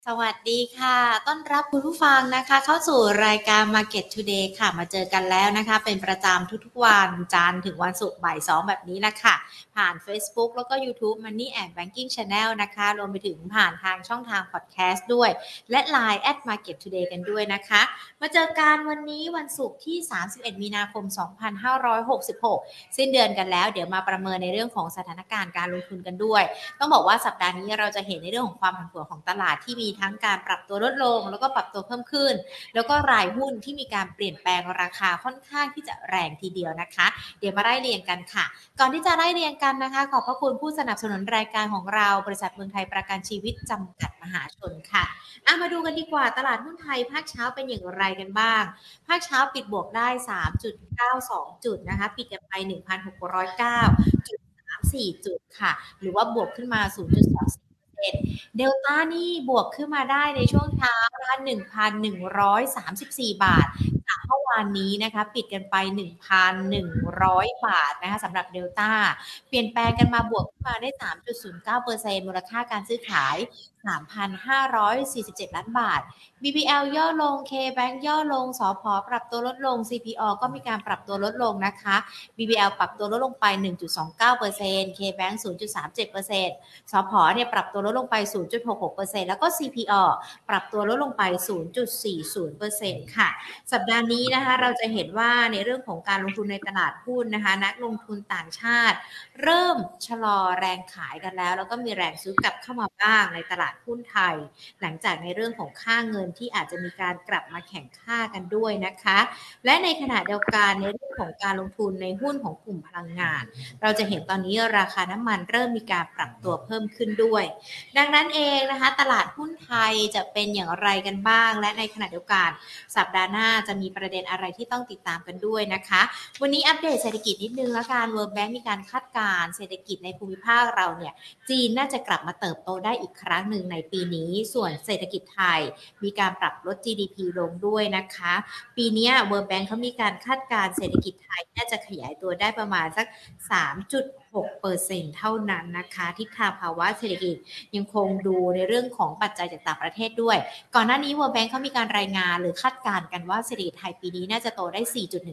สวัสดีค่ะต้อนรับคุณผู้ฟังนะคะเข้าสู่รายการ Market Today ค่ะมาเจอกันแล้วนะคะเป็นประจำทุกๆวันจันทร์ถึงวันศุกร์บ่าย2แบบนี้แหละค่ะผ่าน Facebook แล้วก็ YouTube Money and Banking Channel นะคะรวมไปถึงผ่านทางช่องทางพอดแคสต์ด้วยและ LINE @Market Today กันด้วยนะคะมาเจอกันวันนี้วันศุกร์ที่31มีนาคม2566สิ้นเดือนกันแล้วเดี๋ยวมาประเมินในเรื่องของสถานการณ์การลงทุนกันด้วย ต้องบอกว่าสัปดาห์นี้เราจะเห็นในเรื่องของความผันผวนของตลาดที่มีทั้งการปรับตัวลดลงแล้วก็ปรับตัวเพิ่มขึ้นแล้วก็รายหุ้นที่มีการเปลี่ยนแปลงราคาค่อนข้างที่จะแรงทีเดียวนะคะเดี๋ยวมาไล่เรียงกันค่ะก่อนที่จะไล่เรียงกันนะคะขอบพระคุณผู้สนับสนุนรายการของเราบริษัทเมืองไทยประกันชีวิตจำกัดมหาชนค่ะมาดูกันดีกว่าตลาดหุ้นไทยภาคเช้าเป็นอย่างไรกันบ้างภาคเช้าปิดบวกได้3.92จุดนะคะปิดกันไป1,609.34จุดค่ะหรือว่าบวกขึ้นมา0.24%เดลต้านี่บวกขึ้นมาได้ในช่วงเช้านะคะ1,134บาทจากเมื่อวานนี้นะคะปิดกันไป1,100บาทนะคะสำหรับเดลต้าเปลี่ยนแปลงกันมาบวกขึ้นมาได้3.09%มูลค่าการซื้อขาย3,547ล้านบาท BBL ย่อลง KBank ย่อลงสผปรับตัวลดลง CPO ก็มีการปรับตัวลดลงนะคะ BBL ปรับตัวลดลงไป 1.29% KBank 0.37%สผเนี่ยปรับตัวลดลงไป 0.66% แล้วก็ CPO ปรับตัวลดลงไป 0.40% ค่ะสัปดาห์นี้นะคะเราจะเห็นว่าในเรื่องของการลงทุนในตลาดหุ้นนะคะนักลงทุนต่างชาติเริ่มชะลอแรงขายกันแล้วก็มีแรงซื้อกลับเข้ามาบ้างในตลาดหุ้นไทยหลังจากในเรื่องของค่าเงินที่อาจจะมีการกลับมาแข่งค่ากันด้วยนะคะและในขณะเดียวกันในเรื่องของการลงทุนในหุ้นของกลุ่มพลังงานเราจะเห็นตอนนี้ราคาน้ำมันเริ่มมีการปรับตัวเพิ่มขึ้นด้วยดังนั้นเองนะคะตลาดหุ้นไทยจะเป็นอย่างไรกันบ้างและในขณะเดียวกันสัปดาห์หน้าจะมีประเด็นอะไรที่ต้องติดตามกันด้วยนะคะวันนี้อัปเดตเศรษฐกิจนิดนึงแล้วกัน World Bank มีการคาดการณ์เศรษฐกิจในภูมิภาคเราเนี่ยจีนน่าจะกลับมาเติบโตได้อีกครั้งหนึ่งในปีนี้ส่วนเศรษฐกิจไทยมีการปรับลด GDP ลงด้วยนะคะปีนี้ World Bank เขามีการคาดการณ์เศรษฐกิจไทยน่าจะขยายตัวได้ประมาณสัก3.6% เท่านั้นนะคะทิศทางภาวะเศรษฐกิจยังคงดูในเรื่องของปัจจัยจากต่างประเทศด้วยก่อนหน้านี้ World Bank เขามีการรายงานหรือคาดการณ์กันว่าเศรษฐกิจไทยปีนี้น่าจะโตได้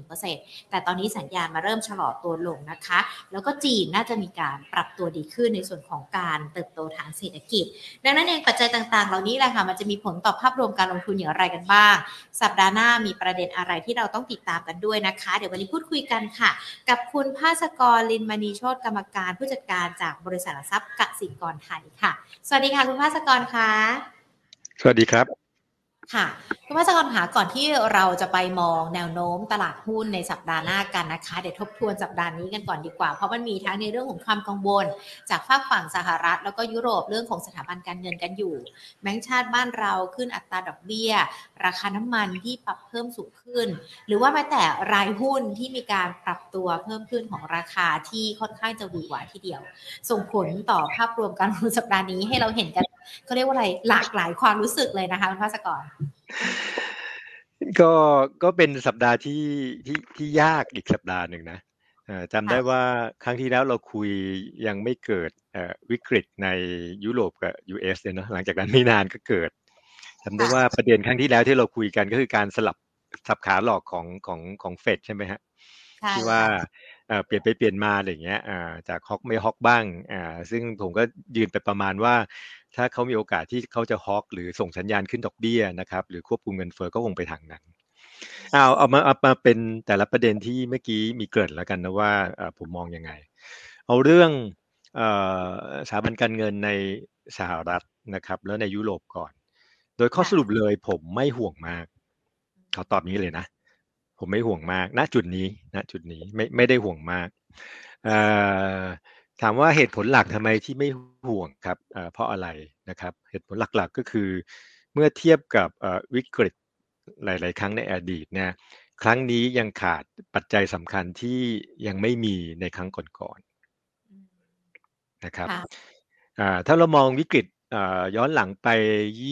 4.1% แต่ตอนนี้สัญญาณมาเริ่มชะลอตัวลงนะคะแล้วก็จีนน่าจะมีการปรับตัวดีขึ้นในส่วนของการเติบโตทางเศรษฐกิจดังนั้นเองปัจจัยต่างๆเหล่านี้แหละค่ะมันจะมีผลต่อภาพรวมการลงทุนอย่างไรกันบ้างสัปดาห์หน้ามีประเด็นอะไรที่เราต้องติดตามกันด้วยนะคะเดี๋ยววันนี้พูดคุยกันค่ะกับคุณภาสกรลินมณีโชติกรรมการผู้จัดการจากบริษัทหลักทรัพย์กสิกรไทยค่ะสวัสดีค่ะคุณภาสกรค่ะสวัสดีครับค่ะคุณภาสกรค่ะก่อนที่เราจะไปมองแนวโน้มตลาดหุ้นในสัปดาห์หน้ากันนะคะเดี๋ยวทบทวนสัปดาห์นี้กันก่อนดีกว่าเพราะมันมีทั้งในเรื่องของความกังวลจากฝากฝั่งสหรัฐแล้วก็ยุโรปเรื่องของสถาบันการเงินกันอยู่แบงก์ชาติบ้านเราขึ้นอัตราดอกเบี้ยราคาน้ำมันที่ปรับเพิ่มสูงขึ้นหรือว่าแม้แต่รายหุ้นที่มีการปรับตัวเพิ่มขึ้นของราคาที่ค่อนข้างจะหวือหวาทีเดียวส่งผลต่อภาพรวมการลงทุนสัปดาห์นี้ให้เราเห็นกันเขาเรียกว่าอะไรหลากหลายความรู้สึกเลยนะคะคุณภาสกรก็ก็เป็นสัปดาห์ที่ยากอีกสัปดาห์หนึ่งนะจำได้ว่าครั้งที่แล้วเราคุยยังไม่เกิดวิกฤตในยุโรปกับ US เลยเนาะหลังจากนั้นไม่นานก็เกิดจำได้ว่าประเด็นครั้งที่แล้วที่เราคุยกันก็คือการสลับสับขาหลอกของเฟดใช่ไหมฮะที่ว่าเปลี่ยนไปเปลี่ยนมาอะไรอย่างเงี้ยจากฮอกไม่ฮอกบ้างซึ่งผมก็ยืนไปประมาณว่าถ้าเขามีโอกาสที่เขาจะฮอกหรือส่งสัญญาณขึ้นดอกเบี้ยนะครับหรือควบคุมเงินเฟ้อก็คงไปทางนั้นเอามาเป็นแต่ละประเด็นที่เมื่อกี้มีเกริ่นแล้วกันนะว่าผมมองยังไงเอาเรื่องสถาบันการเงินในสหรัฐนะครับแล้วในยุโรปก่อนโดยข้อสรุปเลยผมไม่ห่วงมากเขาตอบนี้เลยนะผมไม่ห่วงมากณจุดนี้ไม่ได้ห่วงมากถามว่าเหตุผลหลักทำไมที่ไม่ห่วงครับเพราะอะไรนะครับเหตุผลหลักๆก็คือเมื่อเทียบกับวิกฤตหลายๆครั้งในอดีตเนี่ยครั้งนี้ยังขาดปัจจัยสำคัญที่ยังไม่มีในครั้งก่อนๆนะครับถ้าเรามองวิกฤตย้อนหลังไป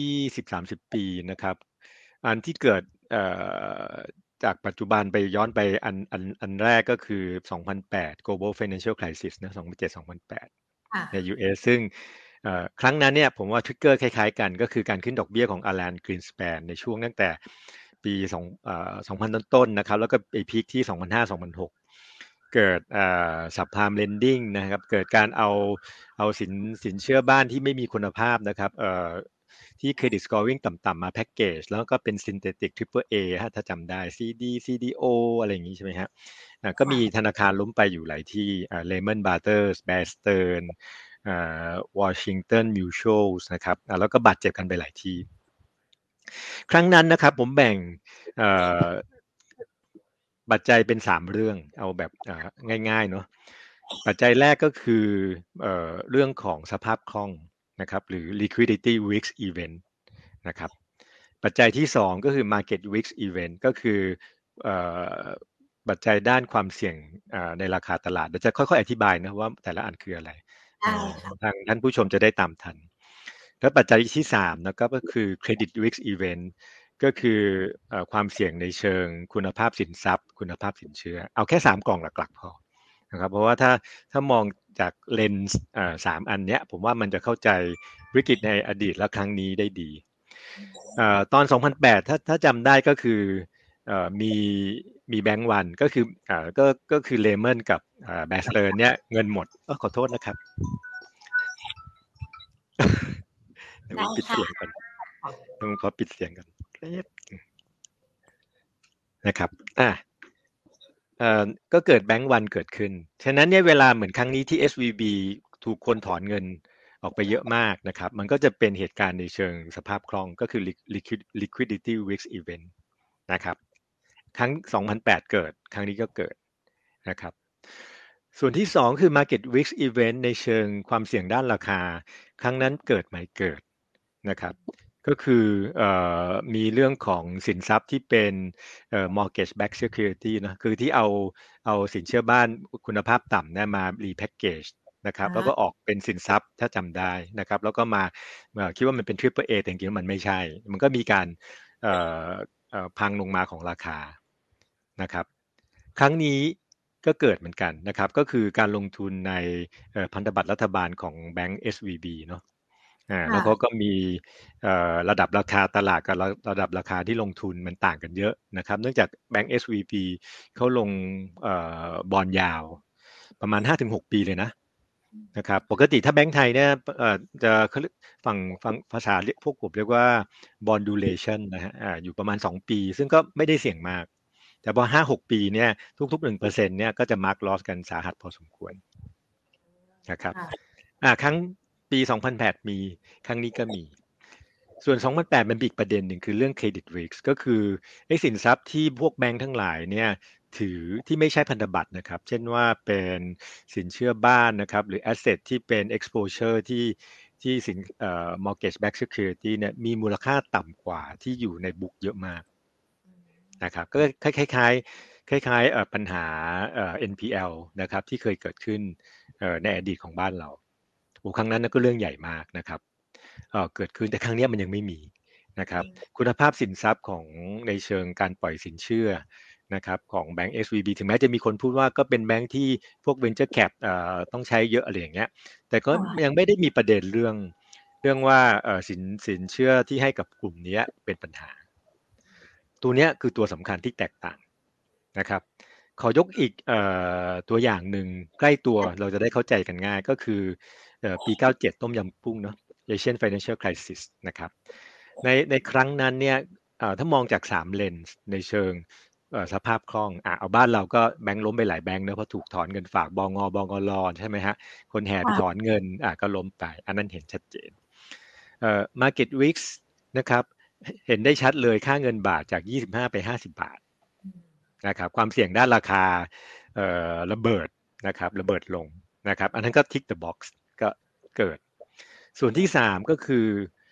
20-30 ปีนะครับอันที่เกิดจากปัจจุบันไปย้อนไปอันแรกก็คือ2008 Global Financial Crisis นะ2007-2008ใน US ซึ่งครั้งนั้นเนี่ยผมว่าทริกเกอร์คล้ายๆกันก็คือการขึ้นดอกเบี้ยของอารันกรีนสแปนในช่วงตั้งแต่ปี2000ต้นๆนะครับแล้วก็ไปพีคที่2005-2006เกิดซับไพรม์เลนดิ้งนะครับเกิดการเอาสินเชื่อบ้านที่ไม่มีคุณภาพนะครับที่เครดิตสกอร์ r ิ n งต่ำๆมาแพ็กเกจแล้วก็เป็น Synthetic Triple A ถ้าจำได้ CD CDO อะไรอย่างนี้ใช่ไหมครับก็มีธนาคารล้มไปอยู่หลายที่Lehman Brothers Bear Stearns Washington Mutual นะครับแล้วก็บาดเจ็บกันไปหลายที่ครั้งนั้นนะครับผมแบ่งปัจจัยเป็น3เรื่องเอาแบบง่ายๆเนาะปัจจัยแรกก็คือเรื่องของสภาพคล่องนะครับหรือ liquidity risk event นะครับปัจจัยที่2ก็คือ market risk event ก็คือปัจจัยด้านความเสี่ยงในราคาตลาดเดี๋ยวจะค่อยๆอธิบายนะว่าแต่ละอันคืออะไรทางท่านผู้ชมจะได้ตามทันแล้วปัจจัยที่3นะครับก็คือ credit risk event ก็คือความเสี่ยงในเชิงคุณภาพสินทรัพย์คุณภาพสินเชื่อเอาแค่3กล่องหลักๆพอนะครับเพราะว่าถ้ามองจากเลนส์3อันเนี้ยผมว่ามันจะเข้าใจวิกฤตในอดีตและครั้งนี้ได้ดีตอน2008ถ้าจำได้ก็คือมีแบงก์วันก็คือก็คือเลมอนกับแบสเตอร์เนี่ยเงินหมดขอโทษนะครับเดี๋ยวปิดเสียงก่อนต้องขอปิดเสียงก่อนนะครับก็เกิดแบงก์วันเกิดขึ้นฉะนั้นเนี่ยเวลาเหมือนครั้งนี้ที่ SVB ถูกคนถอนเงินออกไปเยอะมากนะครับมันก็จะเป็นเหตุการณ์ในเชิงสภาพคล่องก็คือ liquidity risk event นะครับครั้ง2008เกิดครั้งนี้ก็เกิดนะครับส่วนที่2คือ market risk event ในเชิงความเสี่ยงด้านราคาครั้งนั้นเกิดไหมเกิดนะครับก็คือมีเรื่องของสินทรัพย์ที่เป็นmortgage backed security นะคือที่เอาสินเชื่อบ้านคุณภาพต่ำเนี่ยมา repackage นะครับแล้วก็ออกเป็นสินทรัพย์ถ้าจำได้นะครับแล้วก็มาคิดว่ามันเป็น Triple A แต่จริงๆมันไม่ใช่มันก็มีการพังลงมาของราคานะครับครั้งนี้ก็เกิดเหมือนกันนะครับก็คือการลงทุนในพันธบัตรรัฐบาลของแบงก์ SVB เนาะแล้วก็มีระดับราคาตลาดกับระดับราคาที่ลงทุนมันต่างกันเยอะนะครับเนื่องจากแบงก์ SVB เขาลงบอนด์ยาวประมาณ 5-6 ปีเลยนะครับปกติถ้าแบงก์ไทยเนี่ยจะฝั่งภาษาพวกผมเรียกว่า bond duration นะฮะอยู่ประมาณ2ปีซึ่งก็ไม่ได้เสี่ยงมากแต่พอ5-6 ปีเนี่ยทุกๆ 1%เนี่ยก็จะ mark loss กันสาหัสพอสมควรนะครับครั้งปี2008มีครั้งนี้ก็มีส่วน2008มันมีอีกประเด็นหนึ่งคือเรื่อง credit risk ก็คือไอ้สินทรัพย์ที่พวกแบงค์ทั้งหลายเนี่ยถือที่ไม่ใช่พันธบัตรนะครับเช่นว่าเป็นสินเชื่อบ้านนะครับหรือ asset ที่เป็น exposure ที่สินmortgage backed security เนี่ยมีมูลค่าต่ำกว่าที่อยู่ในบุ๊กเยอะมากนะครับก็คล้ายๆปัญหาNPL นะครับที่เคยเกิดขึ้นในอดีตของบ้านเราครั้งนั้นก็เรื่องใหญ่มากนะครับเกิดขึ้นแต่ครั้งนี้มันยังไม่มีนะครับคุณภาพสินทรัพย์ของในเชิงการปล่อยสินเชื่อนะครับของแบงก์ SVB ถึงแม้จะมีคนพูดว่าก็เป็นแบงก์ที่พวก Venture Cap ต้องใช้เยอะอะไรอย่างเงี้ยแต่ก็ยังไม่ได้มีประเด็นเรื่องว่าสินเชื่อที่ให้กับกลุ่มนี้เป็นปัญหาตัวนี้คือตัวสำคัญที่แตกต่างนะครับขอยกอีกตัวอย่างหนึ่งใกล้ตัวเราจะได้เข้าใจกันง่ายก็คือปี97ต้มยำกุ้งเนาะ Asian Financial Crisis นะครับในครั้งนั้นเนี่ยถ้ามองจาก3เลนส์ในเชิงสภาพคล่องเอาบ้านเราก็แบงค์ล้มไปหลายแบงค์เนอะเพราะถูกถอนเงินฝากบง.รใช่ไหมฮะคนแห่ไปถอนเงินก็ล้มไปอันนั้นเห็นชัดเจนmarket risk นะครับเห็นได้ชัดเลยค่าเงินบาทจาก25ไป50บาทนะครับความเสี่ยงด้านราคาระเบิดนะครับระเบิดลงนะครับอันนั้นก็ tick the box ก็เกิดส่วนที่3ก็คือ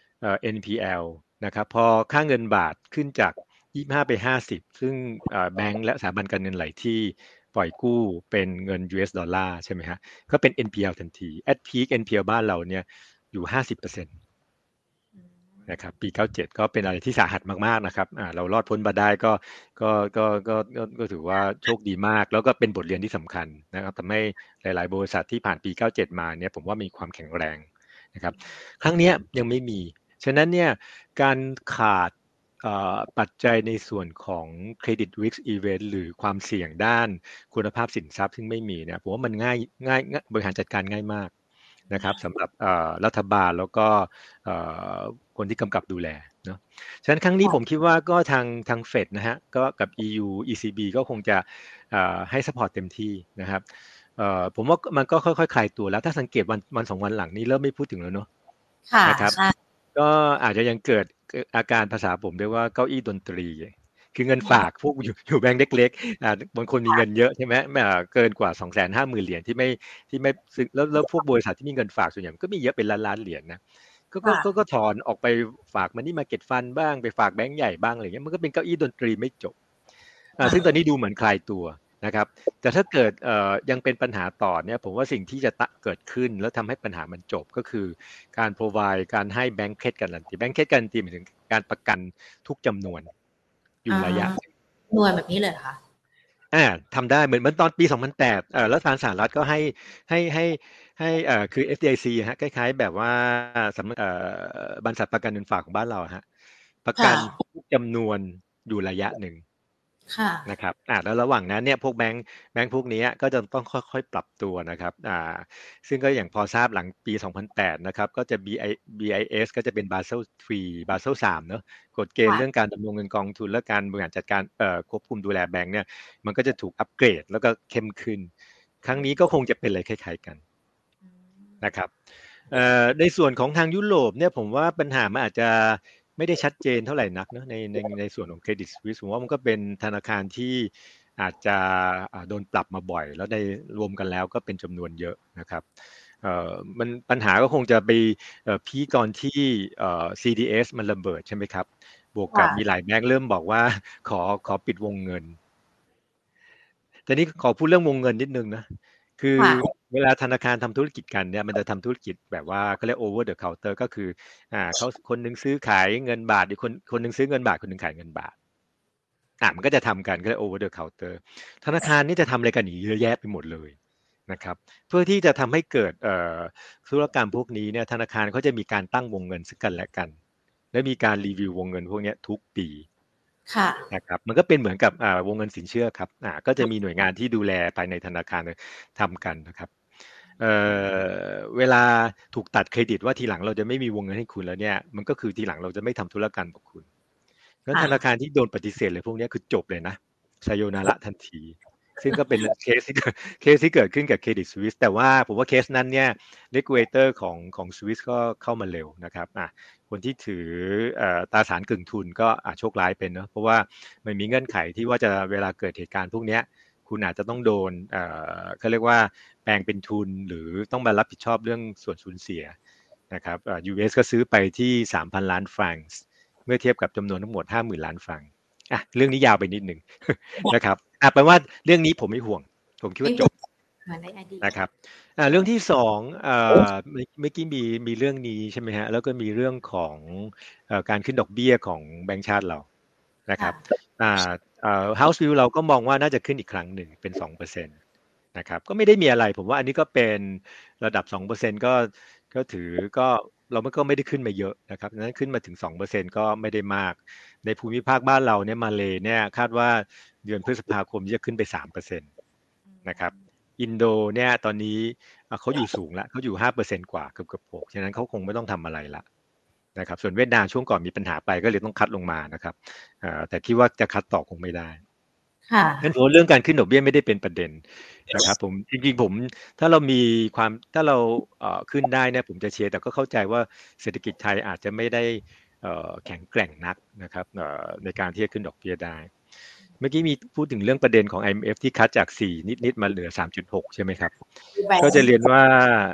NPL นะครับพอค่าเงินบาทขึ้นจาก25ไป50ซึ่งแบงก์และสถาบันการเงินหลายที่ปล่อยกู้เป็นเงิน US ดอลลาร์ใช่ไหมฮะก็เป็น NPL ทันที at peak NPL บ้านเราเนี่ยอยู่ 50%นะครับปี97ก็เป็นอะไรที่สาหัสมากๆนะครับเรารอดพ้นมาได้ก็ถือว่าโชคดีมากแล้วก็เป็นบทเรียนที่สำคัญนะครับทำให้หลายๆบริษัทที่ผ่านปี97มาเนี่ยผมว่ามีความแข็งแรงนะครับครั้งนี้ยังไม่มีฉะนั้นเนี่ยการขาดปัจจัยในส่วนของ credit risk event หรือความเสี่ยงด้านคุณภาพสินทรัพย์ซึ่งไม่มีเนี่ยผมว่ามันง่ายบริหารจัดการง่ายมากนะครับสำหรับรัฐบาลแล้วก็คนที่กำกับดูแลเนาะฉะนั้นครั้งนี้ผมคิดว่าก็ทางเฟดนะฮะก็กับ EU ECB ก็คงจะให้ support เต็มที่นะครับผมว่ามันก็ค่อยๆคลายตัวแล้วถ้าสังเกตวันสองวันหลังนี้เริ่มไม่พูดถึงแล้วเนาะค่ะนะครับใช่ก็อาจจะยังเกิดอาการภาษาผมเรียกว่าเก้าอี้ดนตรีคือเงินฝากพวกอยู่แบงก์เล็กๆบางคนมีเงินเยอะใช่ไหมเกินกว่า250,000 เหรียญที่ไม่ซึ่งแล้วพวกบริษัทที่มีเงินฝากส่วนใหญ่ก็มีเยอะเป็นล้านๆเหรียญนะก็ถอนออกไปฝากมันนี่มาเก็ตฟันบ้างไปฝากแบงก์ใหญ่บ้างอะไรเงี้ยมันก็เป็นเก้าอี้ดนตรีไม่จบซึ่งตอนนี้ดูเหมือนคลายตัวนะครับแต่ถ้าเกิดยังเป็นปัญหาต่อเนี่ยผมว่าสิ่งที่จะเกิดขึ้นแล้วทำให้ปัญหามันจบก็คือการ provide การให้แบงก์เคสการันตีแบงก์เคสการันตีหมายถึงการประกันทุกจำนวนอยู่ระยะหน่วยแบบนี้เลยค่ะทำได้เหมือนตอนปี2008แล้วทางสหรัฐก็ให้คือ FDIC ฮะคล้ายๆแบบว่าสำบรรษัทประกันเงินฝากของบ้านเราฮะประกันทุกจำนวนอยู่ระยะหนึ่งนะครับแล้วระหว่างนั้นเนี่ยพวกแบงค์พวกนี้ก็จะต้องค่อยๆปรับตัวนะครับซึ่งก็อย่างพอทราบหลังปี2008นะครับก็จะ BIS ก็จะเป็น Basel III Basel 3เนอะกฎเกณฑ์เรื่องการดำรงเงินกองทุนและการบริหารจัดการควบคุมดูแลแบงค์เนี่ยมันก็จะถูกอัปเกรดแล้วก็เข้มขึ้นครั้งนี้ก็คงจะเป็นอะไรคล้ายๆกันนะครับในส่วนของทางยุโรปเนี่ยผมว่าปัญหามันอาจจะไม่ได้ชัดเจนเท่าไหร่นักเนอะในส่วนของ Credit Suisse ผมว่ามันก็เป็นธนาคารที่อาจจะโดนปรับมาบ่อยแล้วในรวมกันแล้วก็เป็นจำนวนเยอะนะครับมันปัญหาก็คงจะไปพีคตอนที่CDS มันระเบิดใช่ไหมครับบวกกับมีหลายแบงก์เริ่มบอกว่าขอปิดวงเงินแต่นี้ขอพูดเรื่องวงเงินนิดนึงนะคือเวลาธนาคารทำธุรกิจกันเนี่ยมันจะทำธุรกิจแบบว่าเขาเรียก over the counter ก็คือเขาคนหนึงซื้อขายเงินบาทอีกคนหนึงซื้อเงินบาทคนหนึงขายเงินบาทมันก็จะทำกันก็เรียก over the counter ธนาคารนี่จะทำอะไรกันอย่างนี้เยอะแยะไปหมดเลยนะครับเพื่อที่จะทำให้เกิดธุรกรรมพวกนี้เนี่ยธนาคารเขาจะมีการตั้งวงเงินซึ่งกันและกันและมีการรีวิววงเงินพวกนี้ทุกปีนะครับมันก็เป็นเหมือนกับวงเงินสินเชื่อครับก็จะมีหน่วยงานที่ดูแลภายในธนาคารทำกันนะครับเวลาถูกตัดเครดิตว่าทีหลังเราจะไม่มีวงเงินให้คุณแล้วเนี่ยมันก็คือทีหลังเราจะไม่ทำธุรกรรมกับคุณงั้นธนาคารที่โดนปฏิเสธเลยพวกนี้คือจบเลยนะไซโยนาระทันทีซึ่งก็เป็นเคสที่เกิดขึ้นกับเครดิตสวิสแต่ว่าผมว่าเคสนั้นเนี่ยเรกูเลเตอร์ของสวิสก็เข้ามาเร็วนะครับคนที่ถือตราสารกึ่งทุนก็โชคร้ายเป็นเนาะเพราะว่ามันมีเงื่อนไขที่ว่าจะเวลาเกิดเหตุการณ์พวกนี้คุณอาจจะต้องโดนเขาเรียกว่าแปลงเป็นทุนหรือต้องมารับผิดชอบเรื่องส่วนสูญเสียนะครับUS ก็ซื้อไปที่ 3,000 ล้านฟรังก์เมื่อเทียบกับจำนวนทั้งหมด 50,000 ล้านฟรังก์เรื่องนี้ยาวไปนิดหนึ่งนะครับแปลว่าเรื่องนี้ผมไม่ห่วงผมคิดว่าจบนะครับเรื่องที่สองเมื่อกี้มีเรื่องนี้ใช่ไหมฮะแล้วก็มีเรื่องของการขึ้นดอกเบี้ยของแบงก์ชาติเรานะครับHouse View เราก็มองว่าน่าจะขึ้นอีกครั้งหนึ่งเป็น 2% นะครับก็ไม่ได้มีอะไรผมว่าอันนี้ก็เป็นระดับ 2% ก็ถือก็เราก็ไม่ได้ขึ้นมาเยอะนะครับนั้นขึ้นมาถึง 2% ก็ไม่ได้มากในภูมิภาคบ้านเราเนี่ยมาเลเนี่ยคาดว่าเดือนพฤษภาคมจะขึ้นไป 3% นะครับอินโดเนี่ยตอนนี้เขาอยู่สูงแล้วเขาอยู่5%กว่าเกือบ6ฉะนั้นเขาคงไม่ต้องทำอะไรละนะครับส่วนเวียดนามช่วงก่อนมีปัญหาไปก็เลยต้องคัดลงมานะครับแต่คิดว่าจะคัดต่อคงไม่ได้งั้นผมเรื่องการขึ้นดอกเบี้ยไม่ได้เป็นประเด็นนะครับผมจริงๆผมถ้าเราขึ้นได้เนี่ยผมจะเชียร์แต่ก็เข้าใจว่าเศรษฐกิจไทยอาจจะไม่ได้แข็งแกร่งนักนะครับในการที่จะขึ้นดอกเบี้ยได้เมื่อกี้มีพูดถึงเรื่องประเด็นของ IMF ที่คัดจาก4นิดๆมาเหลือ 3.6 ใช่ไหมครับก็จะเรียนว่า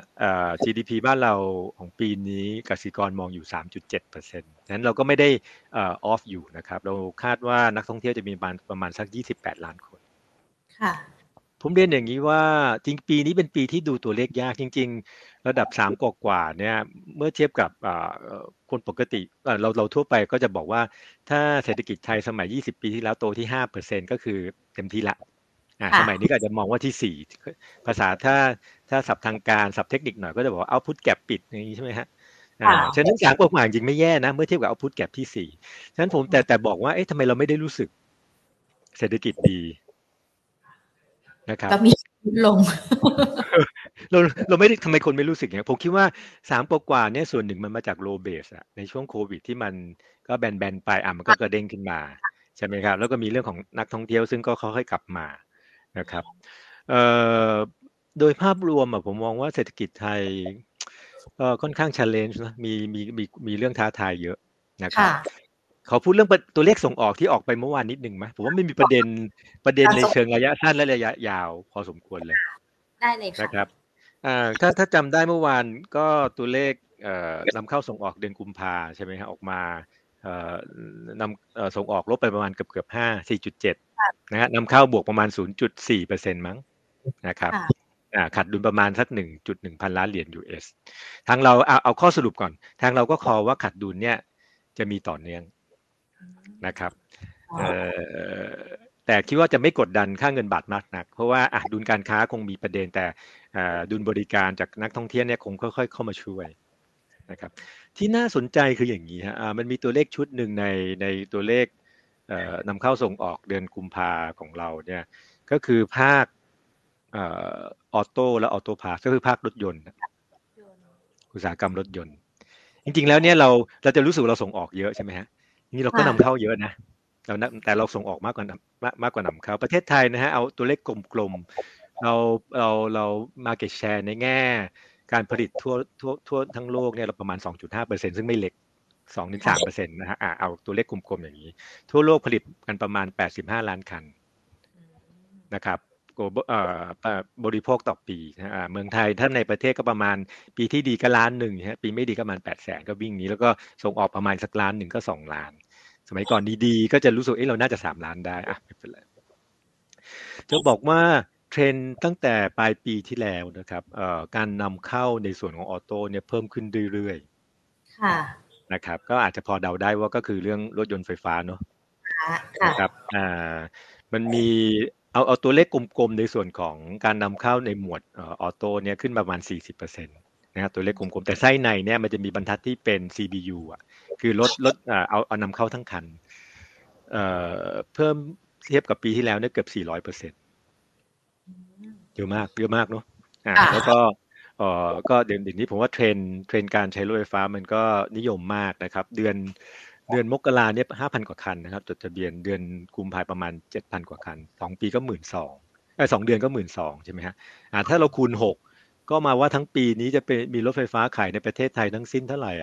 GDP บ้านเราของปีนี้กสิกรมองอยู่ 3.7% นั้นเราก็ไม่ได้off อยู่นะครับเราคาดว่านักท่องเที่ยวจะมีประมาณสัก28ล้านคนผมเรียนอย่างนี้ว่าจริงปีนี้เป็นปีที่ดูตัวเลขยากจริงๆระดับ3กว่าเนี่ยเมื่อเทียบกับคนปกติเราทั่วไปก็จะบอกว่าถ้าเศรษฐกิจไทยสมัย20ปีที่แล้วโตที่ 5% ก็คือเต็มที่ละสมัยนี้ก็อาจจะมองว่าที่สี่ภาษาถ้าศัพท์ทางการศัพท์เทคนิคหน่อยก็จะบอกว่า output gap ปิดอย่างนี้ใช่ไหมฮะฉะนั้น3 กว่าจริงไม่แย่นะเมื่อเทียบกับ output gap ที่4ฉะนั้นผมแต่บอกว่าทำไมเราไม่ได้รู้สึกเศรษฐกิจดีนะครับก็มีลงเราไม่ได้ทำไมคนไม่รู้สึกอย่างนี้ผมคิดว่า3 กว่าเนี่ยส่วนหนึ่งมันมาจาก low base ในช่วงโควิดที่มันก็แบนไปมันก็กระเด้งขึ้นมาใช่ไหมครับแล้วก็มีเรื่องของนักท่องเที่ยวซึ่งก็ค่อยๆกลับมานะครับเอ่อโดยภาพรวมผมมองว่าเศรษฐกิจไทยค่อนข้าง challenge นะมีเรื่องท้าทายเยอะนะครับขอพูดเรื่องตัวเลขส่งออกที่ออกไปเมื่อวานนิดหนึ่งไหมผมว่าไม่มีประเด็นในเชิงระยะสั้นและระยะยาวพอสมควรเลยได้เลยค่ะนะครับถ้าจำได้เมื่อวานก็ตัวเลขนำเข้าส่งออกเดือนกุมภาใช่ไหมครับออกมาเอ่อนำส่งออกลบไปประมาณเกือบ4.7นะฮะนำเข้าบวกประมาณ 0.4% มั้งนะครับขาดดุลประมาณสัก 1.1 พันล้านเหรียญ US ทางเราเอาข้อสรุปก่อนทางเราก็คอว่าขาดดุลเนี่ยจะมีต่อเนื่องนะครับแต่คิดว่าจะไม่กดดันค่าเงินบาทมากนักเพราะว่าดุลการค้าคงมีประเด็นแต่ดุลบริการจากนักท่องเที่ยวเนี่ยคงค่อยๆเข้ามาช่วยนะครับที่น่าสนใจคืออย่างนี้ฮะมันมีตัวเลขชุดหนึ่งในตัวเลขนำเข้าส่งออกเดือนกุมภาของเราเนี่ยก็คือภาคออโต้และออโต้พาร์ทก็คือภาครถยนต์อุตสาหกรรมรถยนต์จริงๆแล้วเนี่ยเราจะรู้สึกเราส่งออกเยอะใช่ไหมฮะนี่เราก็นำเข้าเยอะนะแต่เราส่งออกมากกว่านำเข้าประเทศไทยนะฮะเอาตัวเลขกลมๆเรา market share ในแง่การผลิตทั่วทั้งโลกเนี่ยเราประมาณ 2.5% ซึ่งไม่เล็ก 2-3% นะฮะเอาตัวเลขกลมๆอย่างนี้ทั่วโลกผลิตกันประมาณ85ล้านคันนะครับบริโภคต่อปีเมืองไทยถ้าในประเทศก็ประมาณปีที่ดีก็1 ล้านฮะปีไม่ดีก็ประมาณ800,000ก็วิ่งนี้แล้วก็ส่งออกประมาณสัก1 ล้านก็2 ล้านสมัยก่อนดีๆก็จะรู้สึกเราน่าจะ3 ล้านได้ไม่เป็นไรจะบอกว่าเทรนด์ตั้งแต่ปลายปีที่แล้วนะครับการนำเข้าในส่วนของออโต้เนี่ยเพิ่มขึ้นเรื่อยๆนะครับก็อาจจะพอเดาได้ว่าก็คือเรื่องรถยนต์ไฟฟ้าเนาะนะครับมันมีเอาตัวเลขกลมๆในส่วนของการนำเข้าในหมวดออโต้เนี่ยขึ้นประมาณ 40%นะครับตัวเลขกลมๆแต่ไส้ในเนี่ยมันจะมีบรรทัดที่เป็น CBU คือรถเอานำเข้าทั้งคันเพิ่มเทียบกับปีที่แล้วเนี่ยเกือบ 400%เยอะมากเนาะแล้วก็เดี๋ยวนี้ผมว่าเทรนด์การใช้รถไฟฟ้ามันก็นิยมมากนะครับเดือนมกราเนี่ย 5,000 กว่าคันนะครับจดทะเบียนเดือนกุมภาพันธ์ประมาณ 7,000 กว่าคัน2 ปีก็ 12,000 2 เดือนก็ 12,000 ใช่ไหมฮะถ้าเราคูณ6ก็มาว่าทั้งปีนี้จะเป็นมีรถไฟฟ้าขายในประเทศไทยทั้งสิ้นเท่าไหร่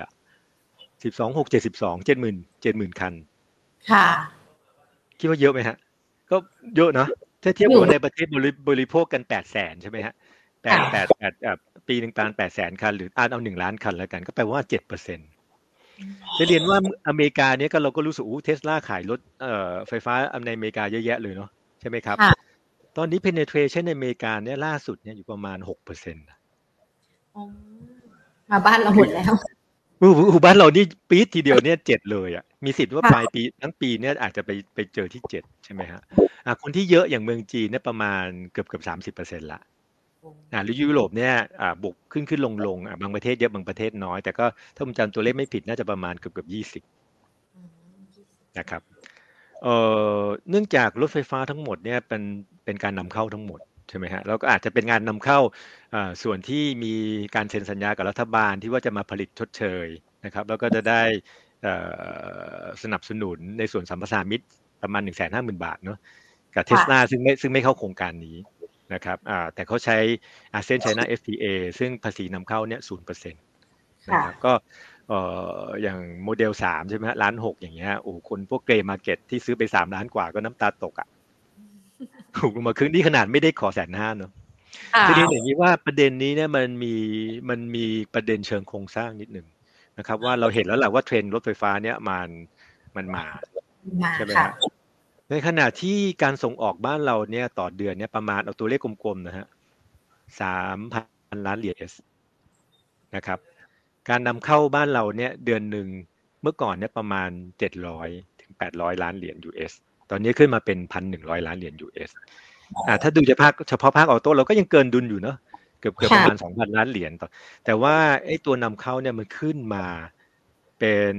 12 6 72 70,000 คันค่ะคิดว่าเยอะไหมฮะก็เยอะนะถ้าเทียบกับในประเทศบริโภคกัน 800,000 ใช่ไหมฮะปีหนึ่งประมาณ 800,000 คันหรือเอา1 ล้านคันแล้วกันก็แปลว่า 7%จะเรียนว่าอเมริกาเนี่ยก็เราก็รู้สึกเทสลาขายรถไฟฟ้าในอเมริกาเยอะแยะเลยเนาะใช่ไหมครับตอนนี้ penetration ในอเมริกาเนี่ยล่าสุดเนี่ยอยู่ประมาณ 6% มาบ้านเราหมดแล้วบ้านเรานี่ปี๊ดทีเดียวเนี่ย7เลยมีสิทธิ์ว่าปลายปีทั้งปีเนี่ยอาจจะไปเจอที่7ใช่ไหมฮะคนที่เยอะอย่างเมืองจีนเนี่ยประมาณเกือบ 30% ละหรือยุโรปเนี่ยบวกขึ้นลงบางประเทศเยอะบางประเทศน้อยแต่ก็ถ้าผมจำตัวเลขไม่ผิดน่าจะประมาณเกือบ20นะครับเนื่องจากรถไฟฟ้าทั้งหมดเนี่ยเป็นการนำเข้าทั้งหมดใช่ไหมฮะแล้วก็อาจจะเป็นงานนำเข้าส่วนที่มีการเซ็นสัญญากับรัฐบาลที่ว่าจะมาผลิตชดเชยนะครับแล้วก็จะได้สนับสนุนในส่วนสัมปทานมิตรประมาณ 150,000 บาทเนาะกับเทสลาซึ่งไม่เข้าโครงการนี้นะครับแต่เขาใช้ASEAN China FTA ซึ่งภาษีนำเข้าเนี่ย 0% นะครับก็อย่างโมเดล3ใช่ไหมฮะ1.6 ล้านอย่างเงี้ยคนพวกเกรย์มาร์เก็ตที่ซื้อไป3 ล้านกว่าก็น้ำตาตกถูกลงมาครึ่งนี่ขนาดไม่ได้ขอ150,000เนาะคือเรียนอย่างนี้ว่าประเด็นนี้เนี่ยมันมีประเด็นเชิงโครงสร้างนิดหนึ่งนะครับว่าเราเห็นแล้วแหละว่าเทรนด์รถไฟฟ้าเนี่ยมันมาใช่ไหมฮะในขณะที่การส่งออกบ้านเราเนี่ยต่อเดือนเนี่ยประมาณเอาตัวเลขกลมๆนะฮะ3,000 ล้านเหรียญนะครับการนำเข้าบ้านเราเนี่ยเดือนหนึ่งเมื่อก่อนเนี่ยประมาณ700 ถึง 800 ล้านเหรียญ US ตอนนี้ขึ้นมาเป็น 1,100 ล้านเหรียญ US ถ้าดูเฉพาะภาคออโต้เราก็ยังเกินดุลอยู่เนาะเกือบประมาณค่ะ 2,000 ล้านเหรียญต่อแต่ว่าไอ้ตัวนำเข้าเนี่ยมันขึ้นมาเป็น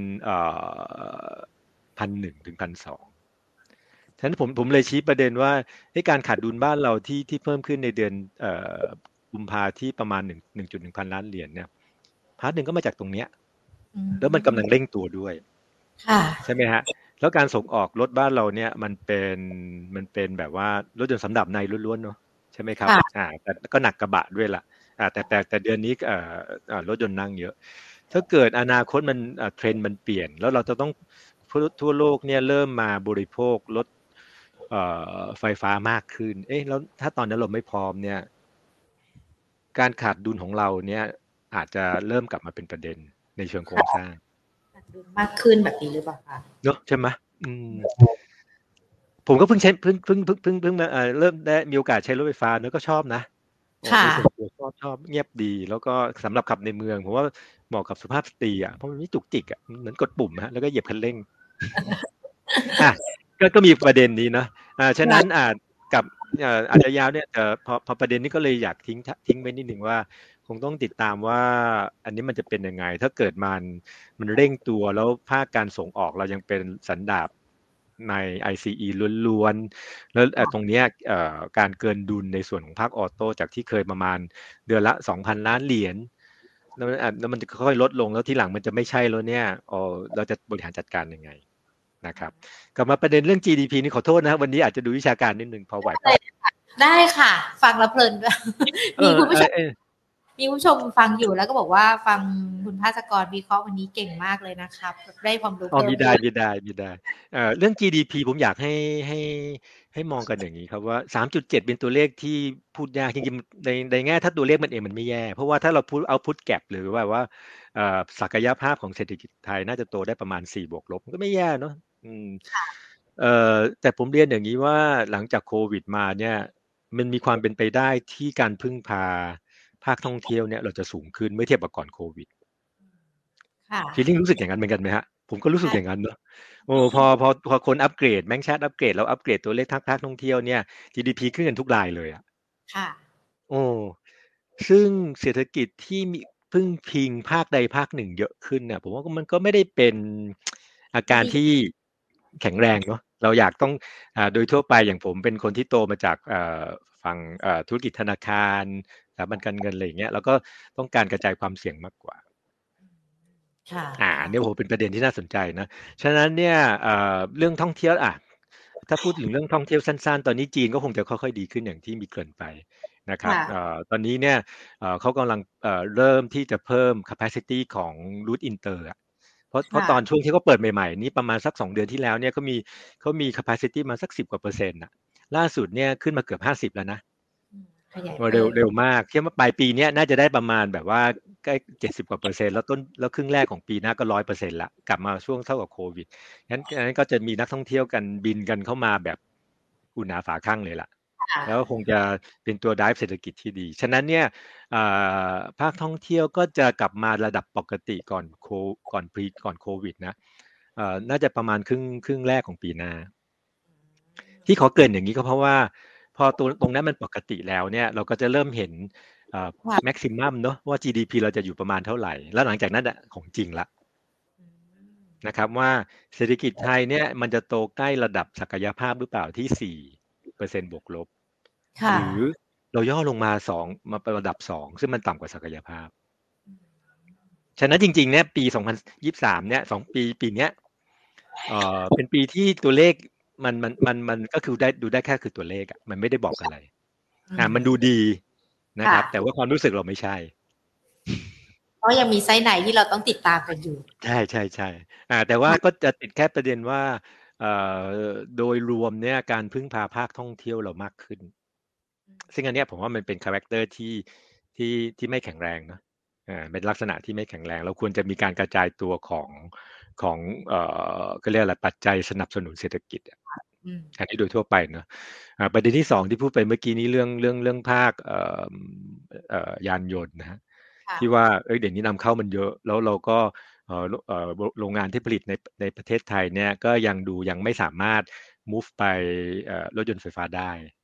1,100ถึง1,200ฉะนั้นผมเลยชี้ประเด็นว่าการขาดดุลบ้านเราที่เพิ่มขึ้นในเดือนกุมภาที่ประมาณ1.1พันล้านเหรียญเนี่ยพาร์ทหนึ่งก็มาจากตรงเนี้ยอืแล้วมันกำลังมเร่งตัวด้วยค่ะใช่ไหมฮะแล้วการส่งออกรถบ้านเราเนี่ยมันเป็นแบบว่ารถยนต์สำหรับในล้วนๆเนาะใช่ไหมครับค่ะแต่ก็หนักกระบะด้วยล่ะแต่เดือนนี้รถยนต์นั่งเยอะถ้าเกิดอนาคตมันเทรนด์มันเปลี่ยนแล้วเราจะต้องทั่วโลกเนี่ยเริ่มมาบริโภครถไฟฟ้ามากขึ้นแล้วถ้าตอนนั้นเราไม่พร้อมเนี่ยการขาดดุลของเราเนี่ยอาจจะเริ่มกลับมาเป็นประเด็นในเชิงโครงสร้างดูมากขึ้นแบบนี้หรือเปล่าคะเนอะใช่ไหมอืม ผมก็เพิ่งใช้เพิ่งมาเริ่มได้มีโอกาสใช้รถไฟฟ้าเนอะก็ชอบนะโดค่ะยส่วนตัวชอบเงียบดีแล้วก็สำหรับขับในเมืองผมว่าเหมาะกับสุภาพสตรีอ่ะเพราะมันไม่จุกจิกอ่ะเหมือนกดปุ่มฮะแล้วก็เหยียบคันเร่งอ่ะก็มีประเด็นนี้เนาะฉะนั้นกับอาจจะยาวเนี่ยแต่พอประเด็นนี้ก็เลยอยากทิ้งไว้นิดหนึ่งว่าคงต้องติดตามว่าอันนี้มันจะเป็นยังไงถ้าเกิดมันเร่งตัวแล้วภาคการส่งออกเรายังเป็นสันดาปใน ICE ล้วนๆแล้วตรงเนี้ยการเกินดุลในส่วนของภาคออโต้จากที่เคยประมาณเดือนละ 2,000 ล้านเหรียญแล้วมันจะค่อยๆลดลงแล้วที่หลังมันจะไม่ใช่แล้วเนี่ยเราจะบริหารจัดการยังไงนะครับกลับมาประเด็นเรื่อง GDP นี่ขอโทษนะวันนี้อาจจะดูวิชาการนิดนึงพอไหวเปล่าได้ค่ะฟังแล้วเพลินด้วยเออมีคุณผู้ชมเออมีผู้ชมฟังอยู่แล้วก็บอกว่าฟังคุณภาสกรวิเคราะห์วันนี้เก่งมากเลยนะครับได้ความรู้อ๋อเพิ่มด้วยมีได้เรื่อง GDP ผมอยากให้ให้มองกันอย่างนี้ครับว่า3.7เป็นตัวเลขที่พูดยากจริงๆในแง่ถ้าตัวเลขมันเองมันไม่แย่เพราะว่าถ้าเราพูด output gap หรือว่าศักยภาพของเศรษฐกิจไทยน่าจะโตได้ประมาณ4บวกลบมันก็ไม่แย่เนาะอืมแต่ผมเรียนอย่างนี้ว่าหลังจากโควิดมาเนี่ยมันมีความเป็นไปได้ที่การพึ่งพาภาคท่องเที่ยวเนี่ยเราจะสูงขึ้นเมื่อเทียบกับก่อนโควิดค่ะฟีลลิ่งรู้สึกอย่างนั้นเหมือนกันไหมฮะผมก็รู้สึกอย่างนั้นเนอะโอ้พอคนอัปเกรดแบงก์ชาติอัปเกรดแล้วอัปเกรดตัวเลขภาคท่องเที่ยวเนี่ย GDP ขึ้นกันทุกรายเลยอ่ะค่ะโอ้ซึ่งเศรษฐกิจที่มีพึ่งพิงภาคใดภาคหนึ่งเยอะขึ้นเนี่ยผมว่ามันก็ไม่ได้เป็นอาการดีที่แข็งแรงเนาะเราอยากต้องโดยทั่วไปอย่างผมเป็นคนที่โตมาจากฝั่งธุรกิจธนาคารสถาบันการเงินอะไรอย่างเงี้ยแล้วก็ต้องการกระจายความเสี่ยงมากกว่าค่ะอันนี้โอ้โฮเป็นประเด็นที่น่าสนใจนะฉะนั้นเนี่ยเรื่องท่องเที่ยวถ้าพูดถึงเรื่องท่องเที่ยวสั้นๆตอนนี้จีนก็คงจะค่อยๆดีขึ้นอย่างที่มีเกริ่นไปนะครับค่ะตอนนี้เนี่ยเขากำลังเริ่มที่จะเพิ่ม capacity ของ Route Inter อะเพราะตอนค่ะช่วงที่เขาเปิดใหม่ๆนี่ประมาณสัก2เดือนที่แล้วเนี่ยเขามี capacity มาสัก10กว่าเปอร์เซ็นต์น่ะล่าสุดเนี่ยขึ้นมาเกือบ50แล้วนะขยายเร็เพิ่มวเร็วมากเชื่อว่าปลายปีเนี้ยน่าจะได้ประมาณแบบว่าใกล้70กว่าเปอร์เซ็นต์แล้วครึ่งแรกของปีหน้าก็100%ละกลับมาช่วงเท่ากับโควิดงั้นก็จะมีนักท่องเที่ยวกันบินกันเข้ามาแบบอุ่นหนาฝาข้างเลยล่ะค่ะแล้วคงจะเป็นตัว drive เศรษฐกิจที่ดีฉะนั้นเนี่ยภาคท่องเที่ยวก็จะกลับมาระดับปกติก่อนโควิดนะน่าจะประมาณครึ่งแรกของปีหน้า ที่ขอเกริ่นอย่างนี้ก็เพราะว่าพอตัวตรงนั้นมันปกติแล้วเนี่ยเราก็จะเริ่มเห็นแม็กซิมัมเนาะว่า GDP เราจะอยู่ประมาณเท่าไหร่แล้วหลังจากนั้นของจริงละนะครับว่าเศรษฐกิจไทยเนี่ยมันจะโตใกล้ระดับศักยภาพหรือเปล่าที่4%บวกลบค่ะหรือเราย่อลงมามาเป็นระดับ2ซึ่งมันต่ำกว่าศักยภาพฉะนั้นจริงๆเนี่ยปี2023เนี่ย2 ปีเนี้ยเป็นปีที่ตัวเลขมันก็คือดูได้แค่คือตัวเลขอ่ะมันไม่ได้บอกอะไรมันดูดีนะคค่ะรับแต่ว่าความรู้สึกเราไม่ใช่เพราะยังมีไส้ในที่เราต้องติดตามกันอยู่ใช่ใช่ใช่แต่ว่าก็จะติดแค่ประเด็นว่าเอ่โดยรวมเนี่ยการพึ่งพาภาคท่องเที่ยวเรามากขึ้นซึ่งอันเนี้ยผมว่ามันเป็นคาแรคเตอร์ที่ไม่แข็งแรงเนอะเป็นลักษณะที่ไม่แข็งแรงเราควรจะมีการกระจายตัวของก็เรียกอะไรปัจจัยสนับสนุนเศรษฐกิจอืมอันนี้โดยทั่วไปเนาะประเด็นที่2ที่พูดไปเมื่อกี้นี้เรื่องภาคยานยนต์นะฮะค่ะที่ว่าเดี๋ยวนี้นำเข้ามันเยอะแล้วเราก็โรงงานที่ผลิตในประเทศไทยเนี่ยก็ยังไม่สามารถ move ไปรถยนต์ไฟฟ้าได้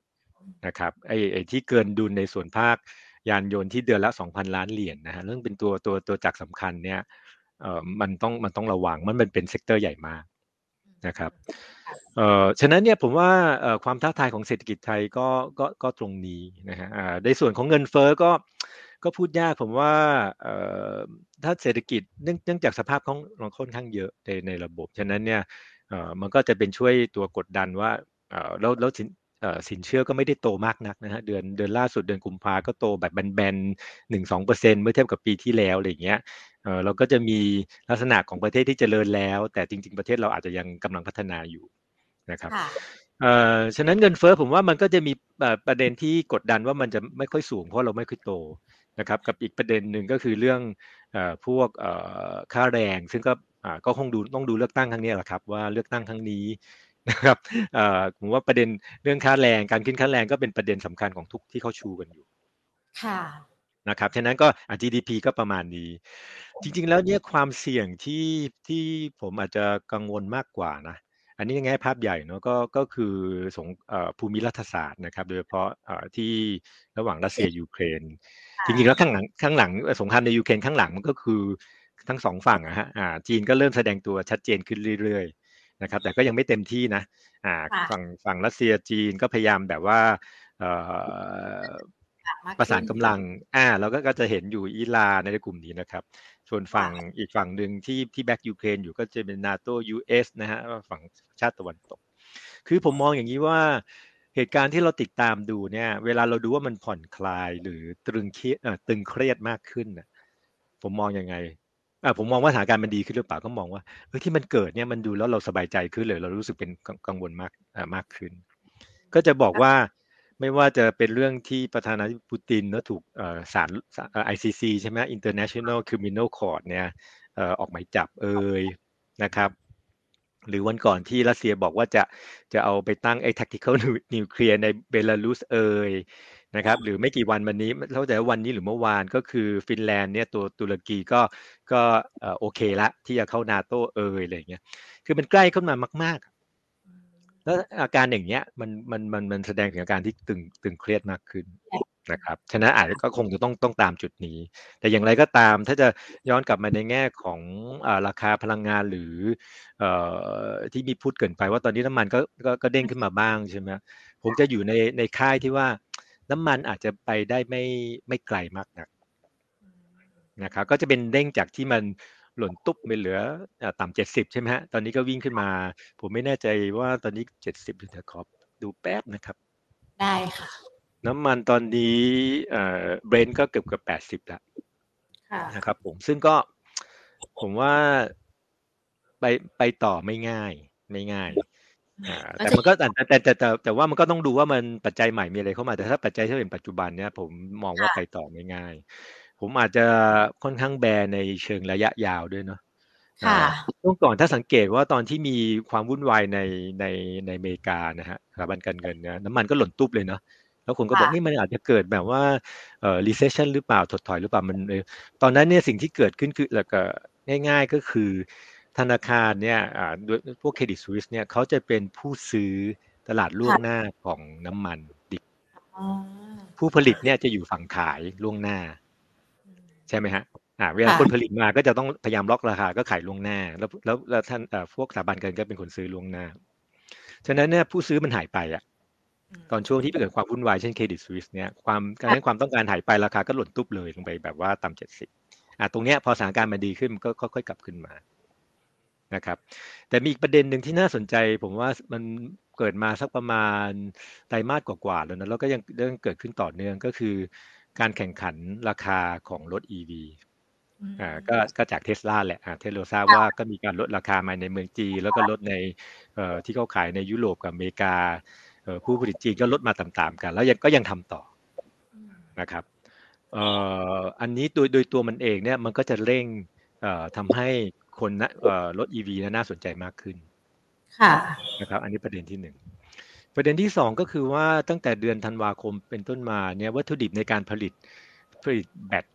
นะครับไอ้ที่เกินดุลในส่วนภาคยานยนต์ที่เดือนละ 2,000 ล้านเหรียญนะฮะเรื่องเป็นตัวจักรสำคัญเนี่ยมันต้องระวังมันเป็นเซกเตอร์ใหญ่มากนะครับฉะนั้นเนี่ยผมว่าความท้าทายของเศรษฐกิจไทยก็ตรงนี้นะฮะในส่วนของเงินเฟ้อก็พูดยากผมว่าเอ่อถ้าเศรษฐกิจเนื่องจากสภาพของเราค่อนข้างเยอะในระบบฉะนั้นเนี่ยมันก็จะเป็นช่วยตัวกดดันว่าแล้วสินเชื่อก็ไม่ได้โตมากนักนะฮะเดือนล่าสุดเดือนกุมภาก็โตแบบแบนๆ1-2%เมื่อเทียบกับปีที่แล้วอะไรอย่างเงี้ยเราก็จะมีลักษณะของประเทศที่เจริญแล้วแต่จริงๆประเทศเราอาจจะยังกำลังพัฒนาอยู่นะครับค่ะฉะนั้นเงินเฟ้อผมว่ามันก็จะมีประเด็นที่กดดันว่ามันจะไม่ค่อยสูงเพราะเราไม่ค่อยโตนะครับกับอีกประเด็นหนึ่งก็คือเรื่องพวกค่าแรงซึ่งก็คงต้องดูเลือกตั้งครั้งนี้แหละครับว่าเลือกตั้งครั้งนี้นะครับผมว่าประเด็นเรื่องค่าแรงการขึ้นค่าแรงก็เป็นประเด็นสำคัญของทุกที่เขาชูกันอยู่ค่ะนะครับฉะนั้นก็GDP ก็ประมาณนี้จริงๆแล้วเนี่ยความเสี่ยงที่ผมอาจจะกังวลมากกว่านะอันนี้ในแง่ภาพใหญ่เนาะก็คือภูมิรัฐศาสตร์นะครับโดยเฉพาะที่ระหว่างรัสเซียยูเครนจริงๆแล้วข้างหลังสงครามในยูเครนข้างหลังมันก็คือทั้งสองฝั่งอะฮะจีนก็เริ่มแสดงตัวชัดเจนขึ้นเรื่อยๆนะครับแต่ก็ยังไม่เต็มที่นะอ่าฝั่งค่ะฝั่งรัสเซียจีนก็พยายามแบบว่าเอ่อประสามากขึ้นนกำลังเราก็จะเห็นอยู่อิหร่านในกลุ่มนี้นะครับส่วนฝั่งค่ะอีกฝั่งหนึ่งที่แบ็กยูเครนอยู่ก็จะเป็นนาโต US นะฮะฝั่งชาติตะวันตกคือผมมองอย่างนี้ว่าเหตุการณ์ที่เราติดตามดูเนี่ยเวลาเราดูว่ามันผ่อนคลายหรือตึงเครียดมากขึ้นน่ะผมมองยังไงผมมองว่าสถานการณ์มันดีขึ้นหรือเปล่าก็มองว่าที่มันเกิดเนี่ยมันดูแล้วเราสบายใจขึ้นเลยเรารู้สึกเป็นกังวลมากขึ้นก็จะบอกว่าไม่ว่าจะเป็นเรื่องที่ประธานาธิบดีปูตินเนอะถูกศาลICC ใช่ไหม International Criminal Court เนี่ยออกหมายจับนะครับหรือวันก่อนที่รัสเซียบอกว่าจะเอาไปตั้งไอ้ tactical nuclear ในเบลารุสนะครับหรือไม่กี่วันมานี้เข้าใจว่าวันนี้หรือเมื่อวานก็คือฟินแลนด์เนี่ยตัวตุรกีก็โอเคละที่จะเข้านาโตอะไรอย่างเงี้ยคือมันใกล้เข้ามามากๆแล้วอาการอย่างเงี้ยมันแสดงถึงอาการที่ตึงเครียดมากขึ้นนะครับฉะนั้นอาจจะก็คงจะต้องตามจุดนี้แต่อย่างไรก็ตามถ้าจะย้อนกลับมาในแง่ของราคาพลังงานหรือที่มีพูดเกรินไปว่าตอนนี้น้ำมันก็เด้งขึ้นมาบ้างใช่ไหมผมจะอยู่ในค่ายที่ว่าน้ำมันอาจจะไปได้ไม่ไกลมากนักนะครับก็จะเป็นเด้งจากที่มันหล่นตุ๊บไปเหลือต่ำ70ใช่ไหมฮะตอนนี้ก็วิ่งขึ้นมาผมไม่แน่ใจว่าตอนนี้70หรือเดี๋ยวขอดูแป๊บนะครับได้ค่ะน้ำมันตอนนี้เบรนท์ก็เกือบ80แล้วค่ะนะครับซึ่งก็ผมว่าไปไปต่อไม่ง่ายก็จะแต่มันก็แต่ว่ามันก็ต้องดูว่ามันปัจจัยใหม่มีอะไรเข้ามาแต่ถ้าปัจจัยที่เป็นปัจจุบันเนี่ยผมมองว่าไปค่ะต่อไม่ง่ายผมอาจจะค่อนข้างแบร์ในเชิงระยะยาวด้วยเนาะค่ะช่วงก่อนถ้าสังเกตว่าตอนที่มีความวุ่นวายในอเมริกานะฮะสถาบันการเงินเนี่ยน้ำมันก็หล่นตุ๊บเลยเนาะแล้วคนก็บอกนี่มันอาจจะเกิดแบบว่าrecession หรือเปล่าถดถอยหรือเปล่าตอนนั้นเนี่ยสิ่งที่เกิดขึ้นคือแล้วก็ง่ายๆก็คือธนาคารเนี่ยด้วยพวกเครดิตสวิสเนี่ยเขาจะเป็นผู้ซื้อตลาดล่วงหค่ะน้าของน้ำมันดิบอ๋อผู้ผลิตเนี่ยจะอยู่ฝั่งขายล่วงหน้าใช่ไหมฮะเวลาคนผค่ะลิตมาก็จะต้องพยายามล็อกราคาก็ขายล่วงหน้าแล้วท่านพวกสถาบันการเงินก็เป็นคนซื้อล่วงหน้าฉะนั้นเนี่ยผู้ซื้อมันหายไปอ่ะตอนช่วงที่เกิดความวุ่นวายเช่นเครดิตสวิสเนี่ยการให้ความต้องการหายไปราคาก็หล่นตุ๊บเลยลงไปแบบว่าต่ำ70ตรงเนี้ยพอสถานการณ์มันดีขึ้นมันก็ค่อยๆกลับขึ้นมา นะครับแต่มีอีกประเด็นหนึ่งที่น่าสนใจผมว่ามันเกิดมาสักประมาณไตรมาสกว่าๆแล้วนะแล้วก็ยังเรื่องเกิดขึ้นต่อเนื่องก็คือการแข่งขันราคาของรถ EV อืก็จากเทสลาแหละเทสโลทราบว่าก็มีการลดราคามาในเมืองจีนแล้วก็ลดในที่เขาขายในยุโรปกับอเมริกาผู้ผลิตจีนก็ลดมาตามๆกันแล้วยังทำต่อนะครับอันนี้โดยตัวมันเองเนี่ยมันก็จะเร่งทำให้คนนะรถ EV น่าสนใจมากขึ้นค่ะนะครับอันนี้ประเด็นที่หนึ่งประเด็นที่สองก็คือว่าตั้งแต่เดือนธันวาคมเป็นต้นมาเนี่ยวัตถุดิบในการผลิตแบต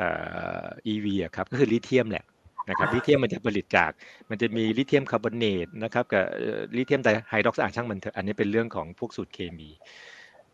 EV อะครับก็คือลิเธียมแหละนะครับลิเธียมมันจะมีลิเธียมคาร์บอเนตนะครับกับลิเธียมไดไฮดรอกไซด์ช่างมันเถอะอันนี้เป็นเรื่องของพวกสูตรเคมี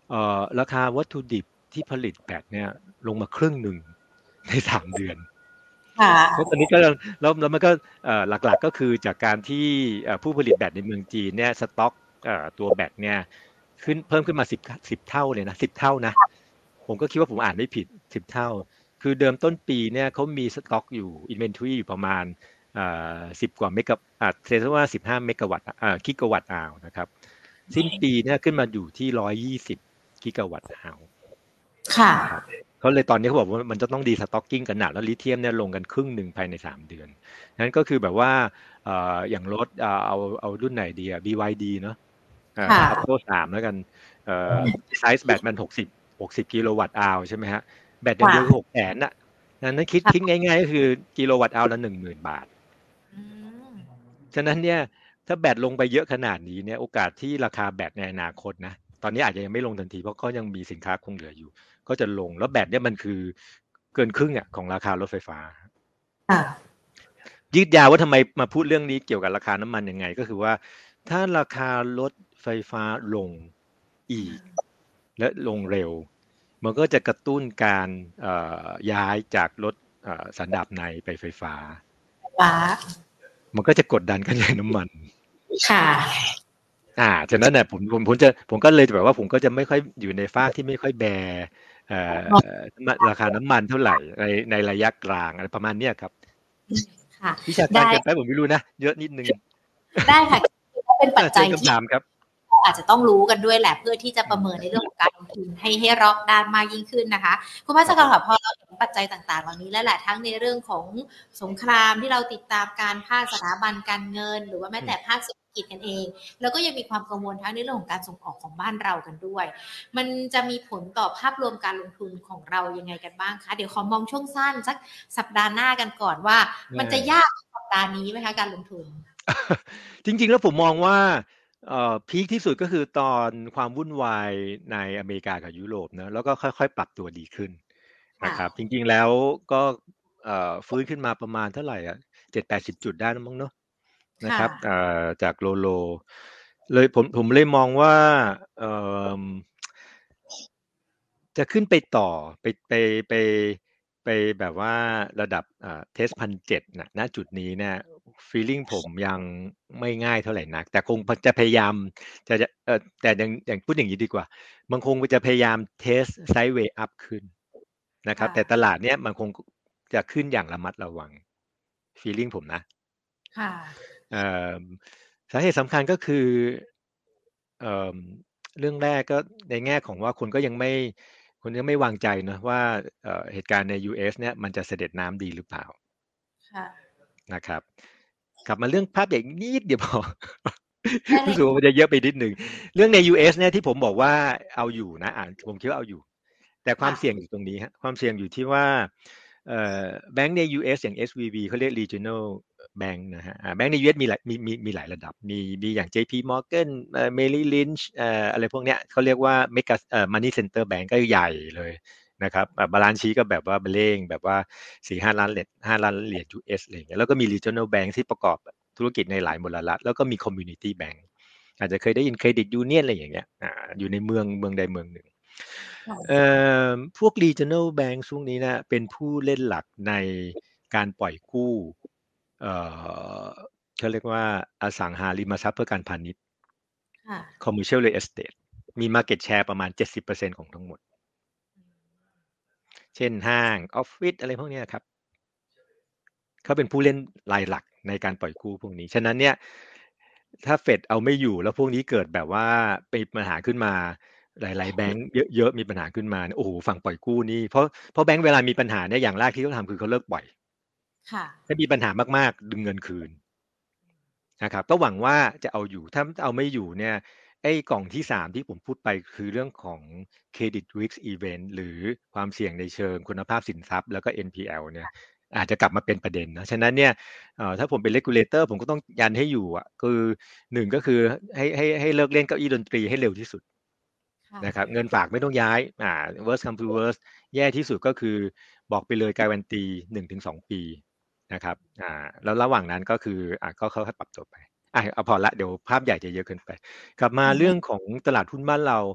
ราคาวัตถุดิบที่ผลิตแบตเนี่ยลงมาครึ่งหนึ่งใน3 เดือนค่ะเพราะตอนนี้ก็แล้วมันก็หลักๆก็คือจากการที่ผู้ผลิตแบตในเมืองจีนเนี่ยสต็อกตัวแบตเนี่ยเพิ่มขึ้นมาสิบเท่าเลยนะ10 เท่านะผมก็คิดว่าผมอ่านไม่ผิด10 เท่าคือเดิมต้นปีเนี่ยเขามีสต็อกอยู่ inventory อยู่ประมาณ10 กว่าเมกะเซนว่า15 เมกะวัตต์กิกะวัตต์อาวนะครับสิ้นปีเนี่ยขึ้นมาอยู่ที่120 กิกะวัตต์อาวค่ะนะครับเขาเลยตอนนี้เขาบอกว่ามันจะต้องดีสต็อกกิ้งกันหนักแล้วลิเธียมเนี่ยลงกันครึ่งหนึ่งภายใน3 เดือนนั้นก็คือแบบว่าอย่างรถเอารุ่นไหนดีBYD เนาะค่ะอัพโต3แล้วกันไซส์แบตมัน60กิโลวัตต์อาวใช่ไหมฮะแบตอย่างเดียวคือ600,000น่ะนั้นคิดค่ะง่ายๆก็คือกิโลวัตต์อาวละ10,000 บาทอืมฉะนั้นเนี่ยถ้าแบตลงไปเยอะขนาดนี้เนี่ยโอกาสที่ราคาแบตในอนาคตนะตอนนี้อาจจะยังไม่ลงทันทีเพราะก็ยังมีสินค้าคงเหลืออยู่ก็จะลงแล้วแบตเนี่ยมันคือเกินครึ่งอ่ะของราคารถไฟฟ้าค่ะยืดยาวว่าทำไมมาพูดเรื่องนี้เกี่ยวกับราคาน้ำมันยังไงก็คือว่าถ้าราคารถไฟฟ้าลงอีกและลงเร็วมันก็จะกระตุ้นการย้ายจากรถสันดาปไนไปไฟฟ้าฟ้ามันก็จะกดดันกันใช้น้ำมันค่ะฉะนั้นเนี่ยผมก็เลยแบบว่าผมก็จะไม่ค่อยอยู่ในฟากที่ไม่ค่อยแบร์เอ่ราคาน้ำมันเท่าไหร่ในระยะกลางอะไรประมาณเนี้ยครับค่ะวิชาการได้เกินไปผมไม่รู้นะเยอะนิดนึงได้ค่ะก็เป็นปัจเชิญจัยที่คำถามครับอาจจะต้องรู้กันด้วยแหละเพื่อที่จะประเมินในเรื่องของการลงทุนให้รอบด้านมากยิ่งขึ้นนะคะคุณพัชครับผมกรค่ะพอเราเห็นปัจจัยต่างๆเหล่านี้แล้วแหละทั้งในเรื่องของสงครามที่เราติดตามการภาคสถาบันการเงินหรือว่าแม้อืมแต่ภาคเศรษฐกิจกันเองแล้วก็ยังมีความกังวลทั้งในเรื่องของการส่งออกของบ้านเรากันด้วยมันจะมีผลต่อภาพรวมการลงทุนของเรายังไงกันบ้างคะเดี๋ยวขอมองช่วงสั้นสักสัปดาห์หน้ากันก่อนว่ามันจะยากสัปดาห์นี้ไหมคะการลงทุนจริงๆแล้วผมมองว่าพีคที่สุดก็คือตอนความวุ่นวายในอเมริกากับยุโรปนะแล้วก็ค่อยๆปรับตัวดีขึ้นนะค่ะครับจริงๆแล้วก็ฟื้นขึ้นมาประมาณเท่าไหร่อ่ะ70-80 จุดได้นะมั้งเนาะ นะคค่ะรับจากโลโลเลยผมเลยมองว่าเอ่อจะขึ้นไปต่อไปไปแบบว่าระดับเทส1,700นะณจุดนี้เนี่ยฟีลลิ่งผมยังไม่ง่ายเท่าไหร่นักแต่คงจะพยายามจะแต่อย่างพูดอย่างนี้ดีกว่ามันคงจะพยายามเทสไซด์เวย์อัพขึ้นนะครับค่ะแต่ตลาดเนี้ยมันคงจะขึ้นอย่างระมัดระวังฟีลลิ่งผมนะค่ะเอ่อสาเหตุสำคัญก็คือเอ่อเรื่องแรกก็ในแง่ของว่าคนยังไม่วางใจเนอะว่าเหตุการณ์ใน US เนี่ยมันจะเสด็จน้ำดีหรือเปล่าค่ะนะครับกลับมาเรื่องภาพใหญ่นิดเดียวพอได้เลรู้ยสึกว่ามันจะเยอะไปนิดหนึ่งเรื่องใน US เนี่ยที่ผมบอกว่าเอาอยู่นะผมคิดว่าเอาอยู่แต่ความค่ะเสี่ยงอยู่ตรงนี้ฮะความเสี่ยงอยู่ที่ว่าแบงก์ใน US อย่าง SVB เขาเรียก regional bank นะฮะแบงก์ใน US มีหลายระดับมีอย่าง JP Morgan Merrill Lynch อะไรพวกเนี้ยเขาเรียกว่า mega money center bank ก็ใหญ่เลยนะครับบาลานซ์ชีก็แบบว่าเบลเลงแบบว่า4-5 ล้านเหรียญUS อะไรอย่างเงี้ยแล้วก็มี regional bank ที่ประกอบธุรกิจในหลายมลรัฐแล้วก็มี community bank อาจจะเคยได้ยินเครดิตยูเนียนอะไรอย่างเงี้ยอยู่ในเมืองใดเมืองหนึ่งเอ่พวก regional bank ช่วงนี้นะเป็นผู้เล่นหลักในการปล่อยกู้เอ่อเขาเรียกว่าอสังหาริมทรัพย์เพื่อการพาณิชย์ค่ะ commercial real estate มี market share ประมาณ70%ของทั้งหมดเช่นห้างออฟฟิศอะไรพวกนี้ครับเขาเป็นผู้เล่นรายหลักในการปล่อยกู้พวกนี้ฉะนั้นเนี่ยถ้าเฟดเอาไม่อยู่แล้วพวกนี้เกิดแบบว่าเป็นปัญหาขึ้นมาหลายๆแบงก์เยอะๆมีปัญหาขึ้นมาโอ้โหฝั่งปล่อยกู้นี่เพราะแบงก์เวลามีปัญหาเนี่ยอย่างแรกที่เขาทำคือเขาเลิกปล่อยค่ะถ้ามีปัญหามากๆดึงเงินคืน นะครับก็หวังว่าจะเอาอยู่ถ้าเอาไม่อยู่เนี่ยไอ้กล่องที่3ที่ผมพูดไปคือเรื่องของ Credit Risk Event หรือความเสี่ยงในเชิงคุณภาพสินทรัพย์แล้วก็ NPL เนี่ยอาจจะกลับมาเป็นประเด็นนะฉะนั้นเนี่ยถ้าผมเป็น regulator ผมก็ต้องยันให้อยู่อ่ะคือ1ก็คือให้เลิกเล่นเก้าอี้ดนตรีให้เร็วที่สุดค่ะนะครับเงินฝากไม่ต้องย้ายworst come to worst แย่ที่สุดก็คือบอกไปเลยการันตี1-2 ปีนะครับแล้วระหว่างนั้นก็คือก็ค่อยๆปรับตัวไปเอาพอละเดี๋ยวภาพใหญ่จะเยอะเกินไปกลับมาเรื่องของตลาดหุ้นบ้านเรา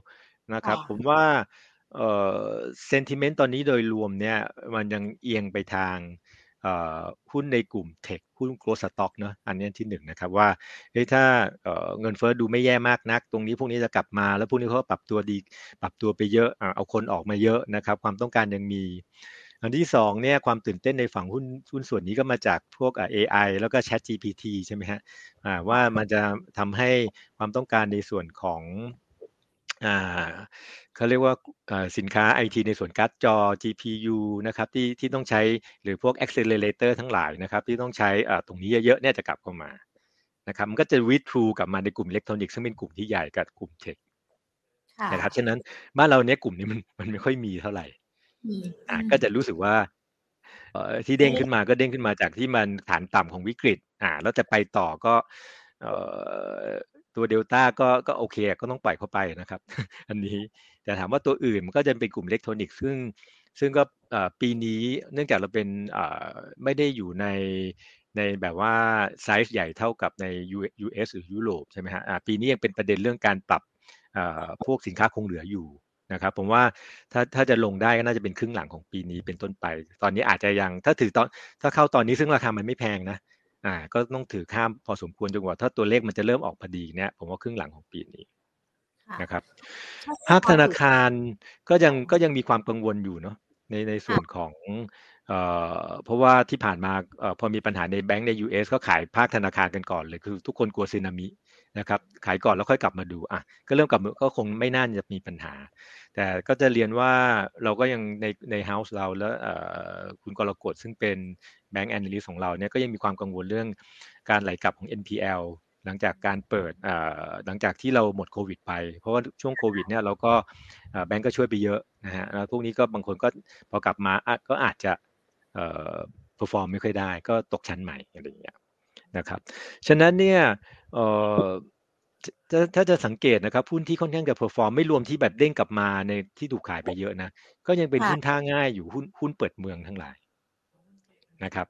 นะครับค่ะผมว่าเอ่อเซนติเมนต์ตอนนี้โดยรวมเนี่ยมันยังเอียงไปทางเอ่อหุ้นในกลุ่มเทคหุ้น growth stock เนอะอันนี้ที่หนึ่งนะครับว่าเฮ้ยถ้าเงินเฟ้อดูไม่แย่มากนักตรงนี้พวกนี้จะกลับมาแล้วพวกนี้เขาก็ปรับตัวดีปรับตัวไปเยอะเอาคนออกมาเยอะนะครับความต้องการยังมีอันที่สองเนี่ยความตื่นเต้นในฝั่งหุ้นส่วนนี้ก็มาจากพวกAI แล้วก็ ChatGPT ใช่ไหมฮะว่ามันจะทำให้ความต้องการในส่วนของอ่า เขาเรียกว่าสินค้าไอทีในส่วนการ์ดจอ GPU นะครับที่ต้องใช้หรือพวก accelerator ทั้งหลายนะครับที่ต้องใช้ตรงนี้เยอะๆเนี่ยจะกลับเข้ามานะครับมันก็จะ read through กลับมาในกลุ่มอิเล็กทรอนิกส์ซึ่งเป็นกลุ่มที่ใหญ่กับกลุ่มเทคค่ะนะครับฉะนั้นบ้านเราเนี้ยกลุ่มนี้มันไม่ค่อยมีเท่าไหร่มีก็จะรู้สึกว่าที่เด้งขึ้นมาก็เด้งขึ้นมาจากที่มันฐานต่ำของวิกฤตแล้วจะไปต่อก็เอ่อตัวเดลต้าก็โอเคก็ต้องปล่อยเข้าไปนะครับอันนี้แต่ถามว่าตัวอื่นมันก็จะเป็นกลุ่มอิเล็กทรอนิกส์ซึ่งก็ปีนี้เนื่องจากเราเป็นไม่ได้อยู่ในแบบว่าไซส์ใหญ่เท่ากับใน US หรือยุโรปใช่ไหมฮะปีนี้ยังเป็นประเด็นเรื่องการปรับพวกสินค้าคงเหลืออยู่นะครับผมว่าถ้าจะลงได้ก็น่าจะเป็นครึ่งหลังของปีนี้เป็นต้นไปตอนนี้อาจจะยังถ้าเข้าตอนนี้ซึ่งราคามันไม่แพงนะก็ต้องถือข้ามพอสมควรจนกว่าถ้าตัวเลขมันจะเริ่มออกพอดีเนี่ยผมว่าครึ่งหลังของปีนี้ค่ะนะครับถ้าสภาคธนาปอร์ตถือคารก็ยังมีความกังวลอยู่เนาะในส่วนค่ะของเพราะว่าที่ผ่านมาพอมีปัญหาในแบงก์ใน US ก็ขายภาคธนาคารกันก่อนเลยคือทุกคนกลัวสึนามินะครับขายก่อนแล้วค่อยกลับมาดูก็เริ่มกลับมาก็คงไม่น่าจะมีปัญหาแต่ก็จะเรียนว่าเราก็ยังในเฮาส์เราแล้วคุณกรกฎซึ่งเป็นแบงก์แอน a ลิสของเราเนี่ยก็ยังมีความกังวลเรื่องการไหลกลับของ NPL หลังจากการเปิดหลังจากที่เราหมดโควิดไปเพราะว่าช่วงโควิดเนี่ยเราก็แบงก์ก็ช่วยไปเยอะนะฮะแล้วพวกนี้ก็บางคนก็พอกลับมาก็อาจจะเอ่อ perform ไม่ค่อยได้ก็ตกชั้นใหม่อะไรอย่างเงี้ยนะครับฉะนั้นเนี่ยเอ่อถ้าจะสังเกตนะครับหุ้นที่ค่อนข้างจะ perform ไม่รวมที่แบบเด้งกลับมาในที่ถูกขายไปเยอะนะก็ยังเป็นหุ้นค่ะท่าง่ายอยู่หุ้นเปิดเมืองทั้งหลายนะครับ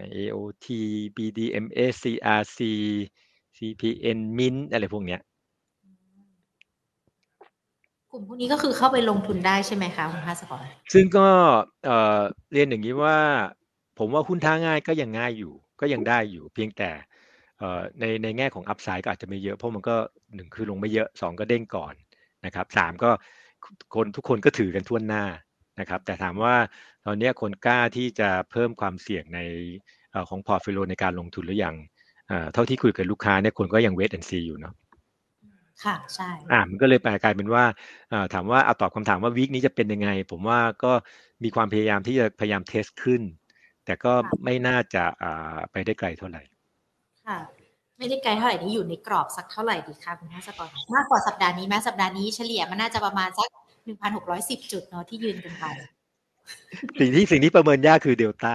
AOT BDMs CRC CPN Mint อะไรพวกเนี้ยกลุ่มพวกนี้ก็คือเข้าไปลงทุนได้ใช่ไหมคะคุณภาสกรซึ่งก็เอ่เรียนอย่างนี้ว่าผมว่าหุ้นท่าง่ายก็ยังง่ายอยู่ก็ยังได้อยู่เพียงแต่ในแง่ของอัพไซด์ก็อาจจะไม่เยอะเพราะมันก็หนึ่งคือลงไม่เยอะสองก็เด้งก่อนนะครับสามก็ทุกคนก็ถือกันทั่วหน้านะครับแต่ถามว่าตอนนี้คนกล้าที่จะเพิ่มความเสี่ยงในของพอร์ตโฟลิโอในการลงทุนหรือยังเท่าที่คุยกับลูกค้าเนี่ยคนก็ยังเวทแอนซีอยู่เนาะค่ะใช่มันก็เลยกลายเป็นว่าถามว่าเอาตอบคำถามว่าวีคนี้จะเป็นยังไงผมว่าก็มีความพยายามที่จะพยายามเทสขึ้นแต่ก็ค่ะไม่น่าจะไปได้ไกลเท่าไหร่ค่ะไม่ได้ไกลเท่าไหร่นี้อยู่ในกรอบสักเท่าไหร่ดีคะคุณภาสกรมากกว่าสัปดาห์นี้ไหมสัปดาห์นี้เฉลี่ยมันน่าจะประมาณสัก1,610จุดเนาะที่ยืนกันไปสิ่งที่ประเมินยากคือเดลต้า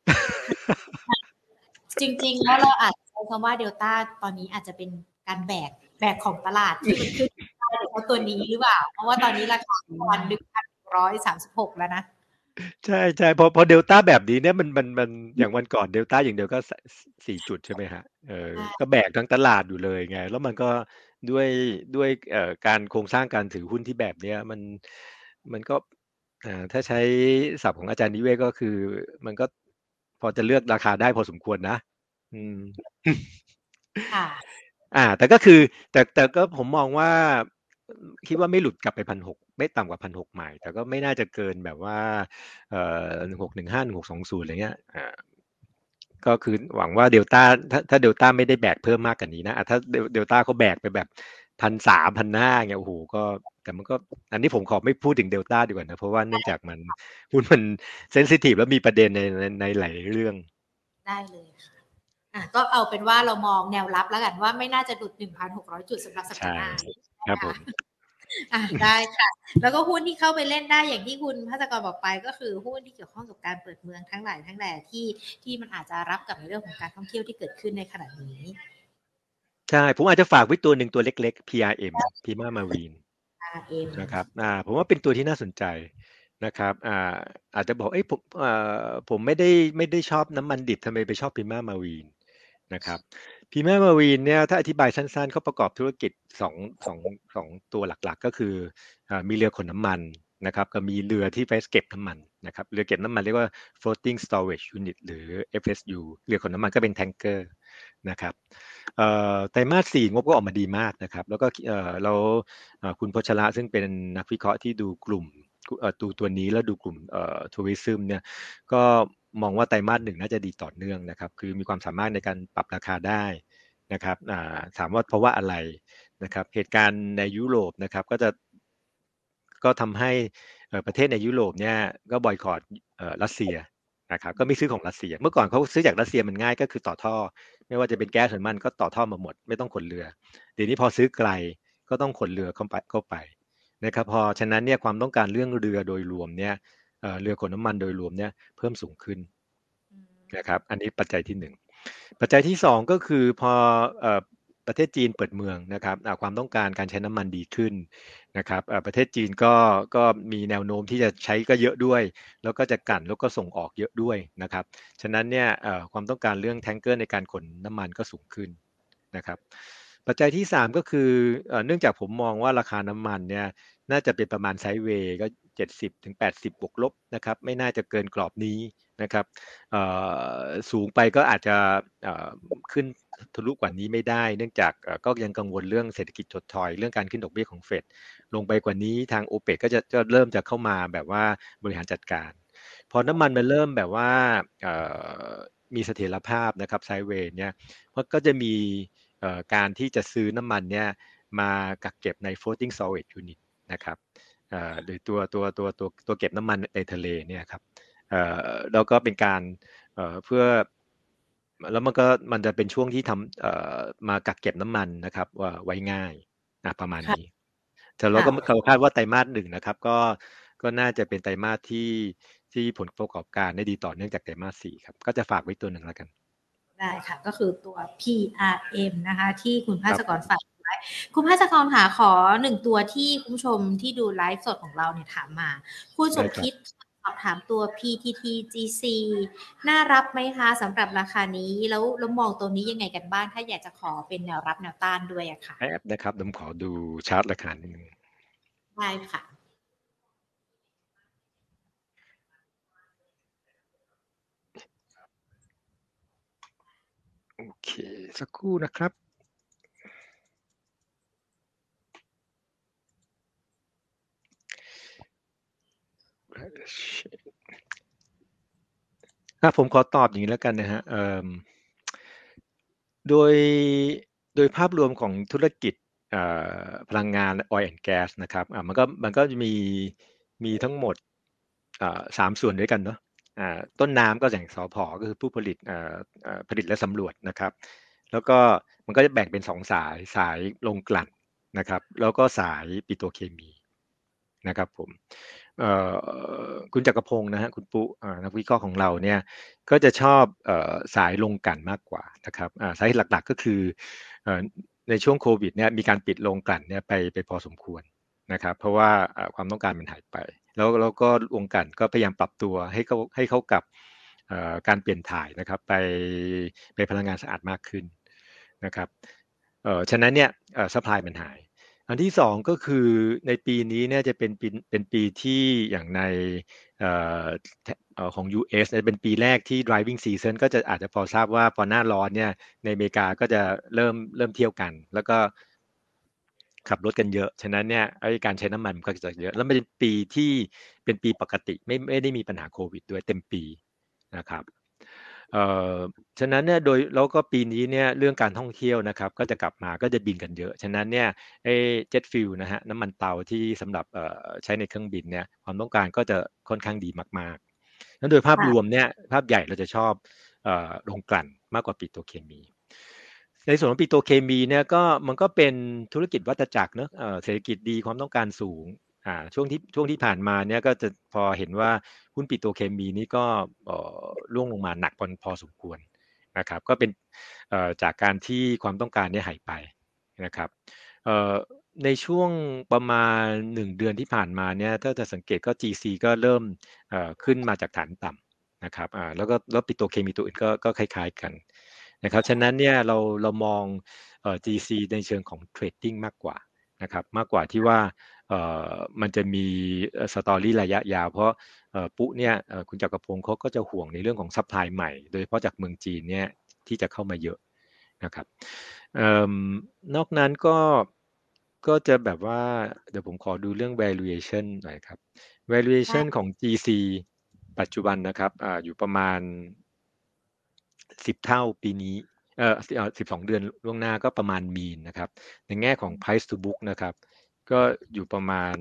จริงๆแล้วเราอาจจะใช้คำว่าเดลต้าตอนนี้อาจจะเป็นการแบกของตลาดที่มันขึ้นได้เพราะตัวนี้หรือเปล่าเพราะว่าตอนนี้ราคาวัน1,136แล้วนะใช่ใช่พอเดลต้าแบบนี้เนี่ยมันอย่างวันก่อนเดลต้าอย่างเดียวก็4 จุดใช่ไหมฮะก็แบกทั้งตลาดอยู่เลยไงแล้วมันก็ด้วยด้วยการโครงสร้างการถือหุ้นที่แบบเนี้ยมันก็ถ้าใช้ศัพท์ของอาจารย์นิเวศก็คือมันก็พอจะเลือกราคาได้พอสมควรนะอืมค่ะแต่ก็คือแต่ก็ผมมองว่าคิดว่าไม่หลุดกลับไป1,600ไม่ต่ำกว่า1,600ใหม่แต่ก็ไม่น่าจะเกินแบบว่า16151620อะไรเงี้ยก็คือหวังว่าเดลต้าถ้าเดลต้าไม่ได้แบกเพิ่มมากกว่านี้นะถ้าเดลต้าเขาแบกไปแบบ1,3001,500เงี้ยโอ้โหก็แต่มันก็อันนี้ผมขอไม่พูดถึงเดลต้าดีกว่านะเพราะว่าเนื่องจากมันหุ้นมันเซนซิทีฟแล้วมีประเด็นในหลายเรื่องได้เลยค่ะก็เอาเป็นว่าเรามองแนวรับแล้วกันว่าไม่น่าจะหลุด1,600จุดสำหรับสัปดาใช่ห์หน้าครับนะคะผมได้ค่ะแล้วก็หุ้นที่เข้าไปเล่นได้อย่างที่คุณภาสกรบอกไปก็คือหุ้นที่เกี่ยวข้องกับการเปิดเมืองทั้งหลายทั้งแหล่ที่มันอาจจะรับกับในเรื่องของการท่องเที่ยวที่เกิดขึ้นในขณะนี้ใช่ผมอาจจะฝากไว้ตัวหนึ่งตัวเล็กๆ PRM Prima Marine RM นะครับผมว่าเป็นตัวที่น่าสนใจนะครับอาจจะบอกเอ้ยผมไม่ได้ชอบน้ำมันดิบทำไมไปชอบ Prima Marine นะครับพีแมมารีนเนี่ยถ้าอธิบายสั้นๆเขาประกอบธุรกิจสองสองสองตัวหลักๆก็คือมีเรือขนน้ำมันนะครับก็มีเรือที่ไปเก็บน้ำมันนะครับเรือเก็บน้ำมันเรียกว่า floating storage unit หรือ FSU เรือขนน้ำมันก็เป็นแทงเกอร์นะครับไตรมาส4งบก็ออกมาดีมากนะครับแล้วก็เราคุณพชระซึ่งเป็นนักวิเคราะห์ที่ดูกลุ่มตัวนี้แล้วดูกลุ่มทัวริซึมเนี่ยก็มองว่าไตรมาส1น่าจะดีต่อเนื่องนะครับคือมีความสามารถในการปรับราคาได้นะครับถามว่าเพราะว่าอะไรนะครับเหตุการณ์ในยุโรปนะครับก็ทำให้ประเทศในยุโรปเนี่ยก็บอยคอตรัสเซียนะครับก็ไม่ซื้อของรัสเซียเมื่อก่อนเขาซื้อจากรัสเซียมันง่ายก็คือต่อท่อไม่ว่าจะเป็นแก๊สหรือมันก็ต่อท่อมาหมดไม่ต้องขนเรือเดี๋ยวนี้พอซื้อไกลก็ต้องขนเรือเข้าไปนะครับพอฉะนั้นเนี่ยความต้องการเรื่องเรือโดยรวมเนี่ยเรือขนน้ำมันโดยรวมเนี่ยเพิ่มสูงขึ้นนะครับอันนี้ปัจจัยที่หนึ่งปัจจัยที่สองก็คือพอประเทศจีนเปิดเมืองนะครับความต้องการการใช้น้ำมันดีขึ้นนะครับประเทศจีนก็มีแนวโน้มที่จะใช้ก็เยอะด้วยแล้วก็จะกลั่นแล้วก็ส่งออกเยอะด้วยนะครับฉะนั้นเนี่ยความต้องการเรื่องแทงเกอร์ในการขนน้ำมันก็สูงขึ้นนะครับปัจจัยที่3ก็คือเนื่องจากผมมองว่าราคาน้ำมันเนี่ยน่าจะเป็นประมาณไซด์เวย์ก็70 ถึง 80บวกลบนะครับไม่น่าจะเกินกรอบนี้นะครับสูงไปก็อาจจะขึ้นทะลุกว่านี้ไม่ได้เนื่องจากก็ยังกังวลเรื่องเศรษฐกิจถดถอยเรื่องการขึ้นดอกเบี้ยของเฟดลงไปกว่านี้ทางโอเปกก็เริ่มจะเข้ามาแบบว่าบริหารจัดการพอน้ำมันมันเริ่มแบบว่ามีเสถียรภาพนะครับไซด์เวย์เนี่ยก็จะมีการที่จะซื้อน้ำมันเนี่ยมากักเก็บใน floating storage unit นะครับหรือตัวเก็บน้ำมันในทะเลเนี่ยครับแล้วก็เป็นการเพื่อแล้วมันจะเป็นช่วงที่ทำมากักเก็บน้ำมันนะครับว่าไว้ง่ายประมาณนี้ค่ะแต่เราก็ค่ะคาดว่าไตรมาสหนึ่งนะครับก็น่าจะเป็นไตรมาสที่ผลประกอบการได้ดีต่อเนื่องจากไตรมาส4ครับก็จะฝากไว้ตัวหนึ่งแล้วกันได้ค่ะก็คือตัว PRM นะคะที่คุณคภารับผมสกรฝากไว้คุณภาสกรค่ะขอหนึ่งตัวที่คุณผู้ชมที่ดูไลฟ์สดของเราเนี่ยถามมาคุณสได้ครับมคิดสอบถามตัว PTTGC น่ารับไหมคะสำหรับราคานี้แล้วมองตัวนี้ยังไงกันบ้างถ้าอยากจะขอเป็นแนวรับแนวต้านด้วยอะค่ะแอปนะครับผมขอดูชาร์ตราคานิดนึงได้ค่ะโอเคสักครู่นะครับผมขอตอบอย่างนี้แล้วกันนะฮะโดยโดยภาพรวมของธุรกิจพลังงาน Oil and Gas นะครับมันก็จะมีทั้งหมด3ส่วนด้วยกันเนาะต้นน้ำก็อย่างสผก็คือผู้ผลิตผลิตและสำรวจนะครับแล้วก็มันก็จะแบ่งเป็นสายโรงกลั่นนะครับแล้วก็สายปิโตรเคมีนะครับผมเอ่คุณจักรพงศ์นะฮะคุณปุ๊นักวิเคราะห์ของเราเนี่ยก็จะชอบสายโรงกลั่นมากกว่านะครับสาเหตุหลักๆก็คือเอ่อในช่วงโควิดเนี่ยมีการปิดโรงกลั่นเนี่ยไปพอสมควรนะครับเพราะว่าความต้องการมันหายไปแล้วก็โรงกลั่นก็พยายามปรับตัวให้เข้ากับการเปลี่ยนถ่ายนะครับไปพลังงานสะอาดมากขึ้นนะครับฉะนั้นเนี่ยซัพพลายมันหาย อันที่สองก็คือในปีนี้เนี่ยจะเป็นปีที่อย่างในเอ่อของ US เนี่ยเป็นปีแรกที่ driving season ก็จะอาจจะพอทราบว่าพอหน้าร้อนเนี่ยในอเมริกาก็จะเริ่มเที่ยวกันแล้วก็ขับรถกันเยอะฉะนั้นเนี่ยไอ้การใช้น้ำมันมันก็จะเยอะแล้วมันเป็นปีที่เป็นปีปกติไม่ได้มีปัญหาโควิดด้วยเต็มปีนะครับ เอ่อฉะนั้นเนี่ยแล้วก็ปีนี้เนี่ยเรื่องการท่องเที่ยวนะครับก็จะกลับมาก็จะบินกันเยอะฉะนั้นเนี่ยไอ้เจ็ตฟิลนะฮะน้ำมันเตาที่สำหรับใช้ในเครื่องบินเนี่ยความต้องการก็จะค่อนข้างดีมากๆนั้นโดยภาพรวมค่ะเนี่ยภาพใหญ่เราจะชอบโรงกลั่นมากกว่าปิโตรเคมีในส่วนของปิโตรเคมีเนี่ยมันก็เป็นธุรกิจวัฏจักรเนอะเศรษฐกิจดีความต้องการสูงช่วงที่ผ่านมาเนี่ยก็จะพอเห็นว่าหุ้นปิโตรเคมีนี่ก็ร่วงลงมาหนักพอสมควรนะครับก็เป็นจากการที่ความต้องการเนี่ยหายไปนะครับเอ่อในช่วงประมาณ1 เดือนที่ผ่านมาเนี่ยถ้าจะสังเกตก็ GC ก็เริ่มขึ้นมาจากฐานต่ำนะครับแล้วปิโตรเคมีตัวอื่นก็คล้ายๆกันนะครับฉะนั้นเนี่ยเรามองGC ในเชิงของเทรดดิ้งมากกว่านะครับมากกว่าที่ว่ามันจะมีสตอรี่ระยะยาวเพราะปุ๊เนี่ยคุณจักรพงศ์เขาก็จะห่วงในเรื่องของซัพพลายใหม่โดยเฉพาะจากเมืองจีนเนี่ยที่จะเข้ามาเยอะนะครับเอ่นอกนั้นก็จะแบบว่าเดี๋ยวผมขอดูเรื่อง valuation หน่อยครับ valuation ได้ของ GC ปัจจุบันนะครับอยู่ประมาณ10เท่าปีนี้12เดือนล่วงหน้าก็ประมาณมีนนะครับในแง่ของ price to book นะครับก็อยู่ประมาณ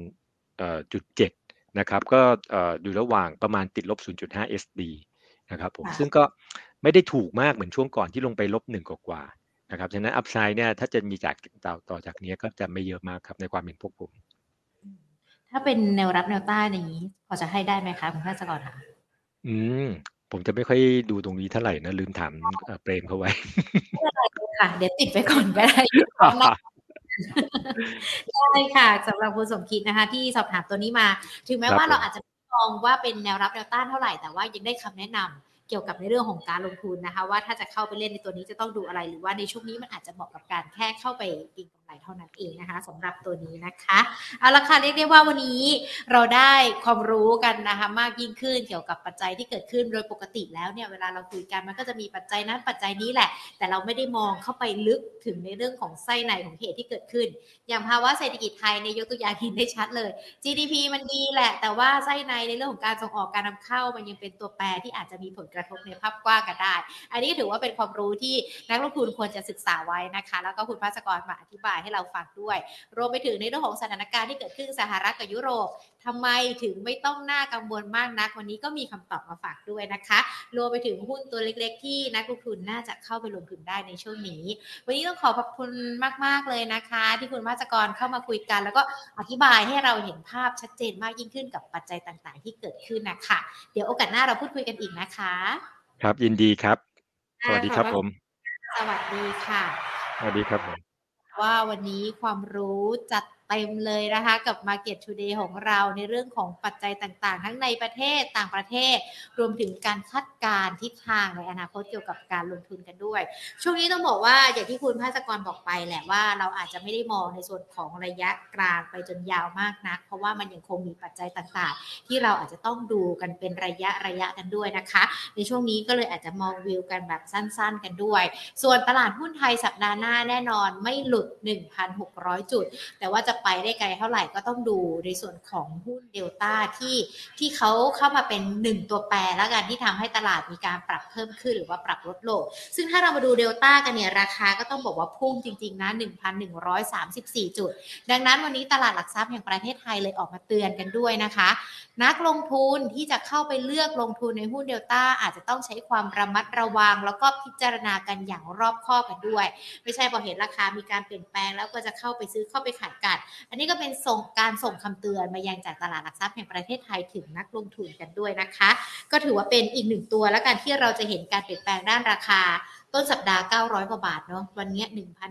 0.7นะครับก็อยู่ระหว่างประมาณติดลบ 0.5 SD นะครับผมซึ่งค่ะก็ไม่ได้ถูกมากเหมือนช่วงก่อนที่ลงไปลบ1กว่าๆนะครับฉะนั้นอัพไซด์เนี่ยถ้าจะมีจากต่อจากนี้ก็จะไม่เยอะมากครับในความเห็นพวกผมถ้าเป็นแนวรับแนวต้านอย่างนี้พอจะให้ได้ไหมคะคุณภาสกรคะอืมผมจะไม่ค่อยดูตรงนี้เท่าไหร่นะลืมถามเปรมเขาไว้ไม่เป็นไรเลยค่ะเดี๋ยวติดไว้ก่อนก็ได้พร้อมนะได้ค่ะสำหรับคุณสมคิดนะคะที่สอบถามตัวนี้มาถึงแม้ครับว่าเราอาจจะผมไม่มองว่าเป็นแนวรับแนวต้านเท่าไหร่แต่ว่ายังได้คำแนะนำเกี่ยวกับในเรื่องของการลงทุนนะคะว่าถ้าจะเข้าไปเล่นในตัวนี้จะต้องดูอะไรหรือว่าในช่วงนี้มันอาจจะเหมาะกับการแค่เข้าไปเก็งกำไรเท่านั้นเองนะคะสำหรับตัวนี้นะคะเอาละค่ะเรียกได้ว่าวันนี้เราได้ความรู้กันนะคะมากยิ่งขึ้นเกี่ยวกับปัจจัยที่เกิดขึ้นโดยปกติแล้วเนี่ยเวลาเราคุยกันมันก็จะมีปัจจัยนั้นปัจจัยนี้แหละแต่เราไม่ได้มองเข้าไปลึกถึงในเรื่องของไส้ในของเหตุที่เกิดขึ้นอย่างภาวะเศรษฐกิจไทยในยกตัวอย่างเห็นได้ชัดเลย GDP มันดีแหละแต่ว่าไส้ในเรื่องของการส่งออกการนำเข้ามันยังเป็นตัวแปรที่อาจจะมีผลกระทบในภาพกว้างกันได้อันนี้ถือว่าเป็นความรู้ที่นักลงทุนควรจะศึกษาไว้นะคะแล้วก็คุณภาสกรมาอธิบายให้เราฟังด้วยรวมไปถึงในเรื่องของสถานการณ์ที่เกิดขึ้นสหรัฐกับยุโรปทำไมถึงไม่ต้องน่ากังวลมากนักวันนี้ก็มีคำตอบมาฝากด้วยนะคะรวมไปถึงหุ้นตัวเล็กๆที่นักลงทุนน่าจะเข้าไปลงทุนได้ในช่วงนี้วันนี้ต้องขอบคุณมากๆเลยนะคะที่คุณภาสกรเข้ามาคุยกันแล้วก็อธิบายให้เราเห็นภาพชัดเจนมากยิ่งขึ้นกับปัจจัยต่างๆที่เกิดขึ้นนะคะเดี๋ยวโอกาสหน้าเราพูดคุยกันอีกนะคะครับยินดีครับสวัสดีขอบคุณครับผมสวัสดีค่ะสวัสดีครับผมว่าวันนี้ความรู้จัดเต็มเลยนะคะกับ Market Today ของเราในเรื่องของปัจจัยต่างๆทั้งในประเทศต่างประเทศรวมถึงการคาดการณ์ทิศทางในอนาคตเกี่ยวกับการลงทุนกันด้วยช่วงนี้ต้องบอกว่าอย่างที่คุณภาสกรบอกไปแหละว่าเราอาจจะไม่ได้มองในส่วนของระยะกลางไปจนยาวมากนักเพราะว่ามันยังคงมีปัจจัยต่างๆที่เราอาจจะต้องดูกันเป็นระยะกันด้วยนะคะในช่วงนี้ก็เลยอาจจะมองวิวกันแบบสั้นๆกันด้วยส่วนตลาดหุ้นไทยสัปดาห์หน้าแน่นอนไม่หลุด 1,600 จุดแต่ว่าจะไปได้ไกลเท่าไหร่ก็ต้องดูในส่วนของหุ้นเดลต้าที่เขาเข้ามาเป็น1ตัวแปรแล้วกันที่ทำให้ตลาดมีการปรับเพิ่มขึ้นหรือว่าปรับลดลงซึ่งถ้าเรามาดูเดลต้ากันเนี่ยราคาก็ต้องบอกว่าพุ่งจริงๆนะ 1,134 จุดดังนั้นวันนี้ตลาดหลักทรัพย์แห่งประเทศไทยเลยออกมาเตือนกันด้วยนะคะนักลงทุนที่จะเข้าไปเลือกลงทุนในหุ้นเดลต้าอาจจะต้องใช้ความระมัดระวังแล้วก็พิจารณากันอย่างรอบคอบกันด้วยไม่ใช่พอเห็นราคามีการเปลี่ยนแปลงแล้วก็จะเข้าไปซื้อเข้าไปขายกันอันนี้ก็เป็นการส่งคำเตือนมายังจากตลาดหลักทรัพย์แห่งประเทศไทยถึงนักลงทุนกันด้วยนะคะก็ถือว่าเป็นอีกหนึ่งตัวแล้วกันที่เราจะเห็นการเปลี่ยนแปลงด้านราคาต้นสัปดาห์900กว่าบาทเนาะวันนี้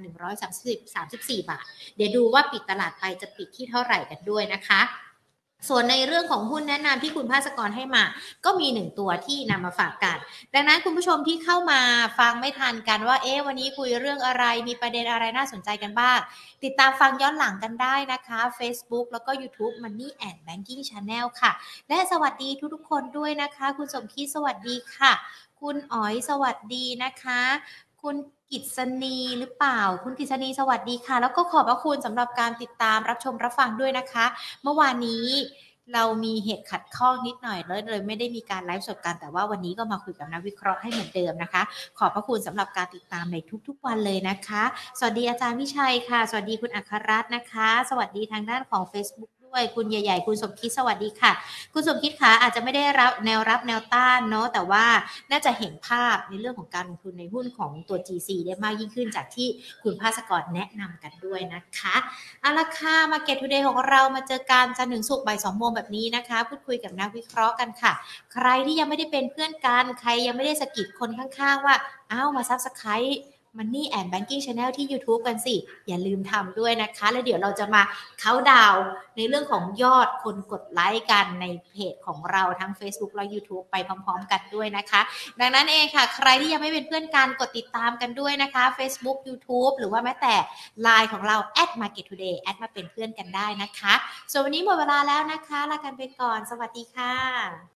1,134 บาทเดี๋ยวดูว่าปิดตลาดไปจะปิดที่เท่าไหร่กันด้วยนะคะส่วนในเรื่องของหุ้นแนะนำที่คุณภาสกรให้มาก็มี1ตัวที่นำมาฝากกันดังนั้นคุณผู้ชมที่เข้ามาฟังไม่ทันกันว่าวันนี้คุยเรื่องอะไรมีประเด็นอะไรน่าสนใจกันบ้างติดตามฟังย้อนหลังกันได้นะคะ Facebook แล้วก็ YouTube Money and Banking Channel ค่ะและสวัสดีทุกๆคนด้วยนะคะคุณสมคิดสวัสดีค่ะคุณอ๋อยสวัสดีนะคะคุณกิษณีหรือเปล่าคุณกิษณีสวัสดีค่ะแล้วก็ขอบพระคุณสำหรับการติดตามรับชมรับฟังด้วยนะคะเมื่อวานนี้เรามีเหตุขัดข้องนิดหน่อยเลยไม่ได้มีการไลฟ์สดกันแต่ว่าวันนี้ก็มาคุยกับนักวิเคราะห์ให้เหมือนเดิมนะคะขอบพระคุณสำหรับการติดตามในทุกๆวันเลยนะคะสวัสดีอาจารย์วิชัยค่ะสวัสดีคุณอัครรัตน์นะคะสวัสดีทางด้านของ Facebook ด้วยคุณใหญ่ๆคุณสมคิดสวัสดีค่ะคุณสมคิดคะอาจจะไม่ได้รับแนวต้านเนาะแต่ว่าน่าจะเห็นภาพในเรื่องของการลงทุนในหุ้นของตัว GC ได้มากยิ่งขึ้นจากที่คุณภาสกรแนะนำกันด้วยนะคะเอาละค่ะ Market Today ของเรามาเจอกันจันทร์ถึงศุกร์บ่าย 2 โมงแบบนี้นะคะพูดคุยกับนักวิเคราะห์กันค่ะใครที่ยังไม่ได้เป็นเพื่อนกันใครยังไม่ได้สะกิดคนข้างๆว่าอ้าวมา Subscribe Money and Banking Channel ที่ YouTube กันสิอย่าลืมทำด้วยนะคะแล้วเดี๋ยวเราจะมาเค้าท์ดาวน์ในเรื่องของยอดคนกดไลค์กันในเพจของเราทั้ง Facebook และ YouTube ไปพร้อมๆกันด้วยนะคะดังนั้นเองค่ะใครที่ยังไม่เป็นเพื่อนกันกดติดตามกันด้วยนะคะ Facebook YouTube หรือว่าแม้แต่ LINE ของเรา @markettoday แอดมาเป็นเพื่อนกันได้นะคะส่วนวันนี้หมดเวลาแล้วนะคะลากันไปก่อนสวัสดีค่ะ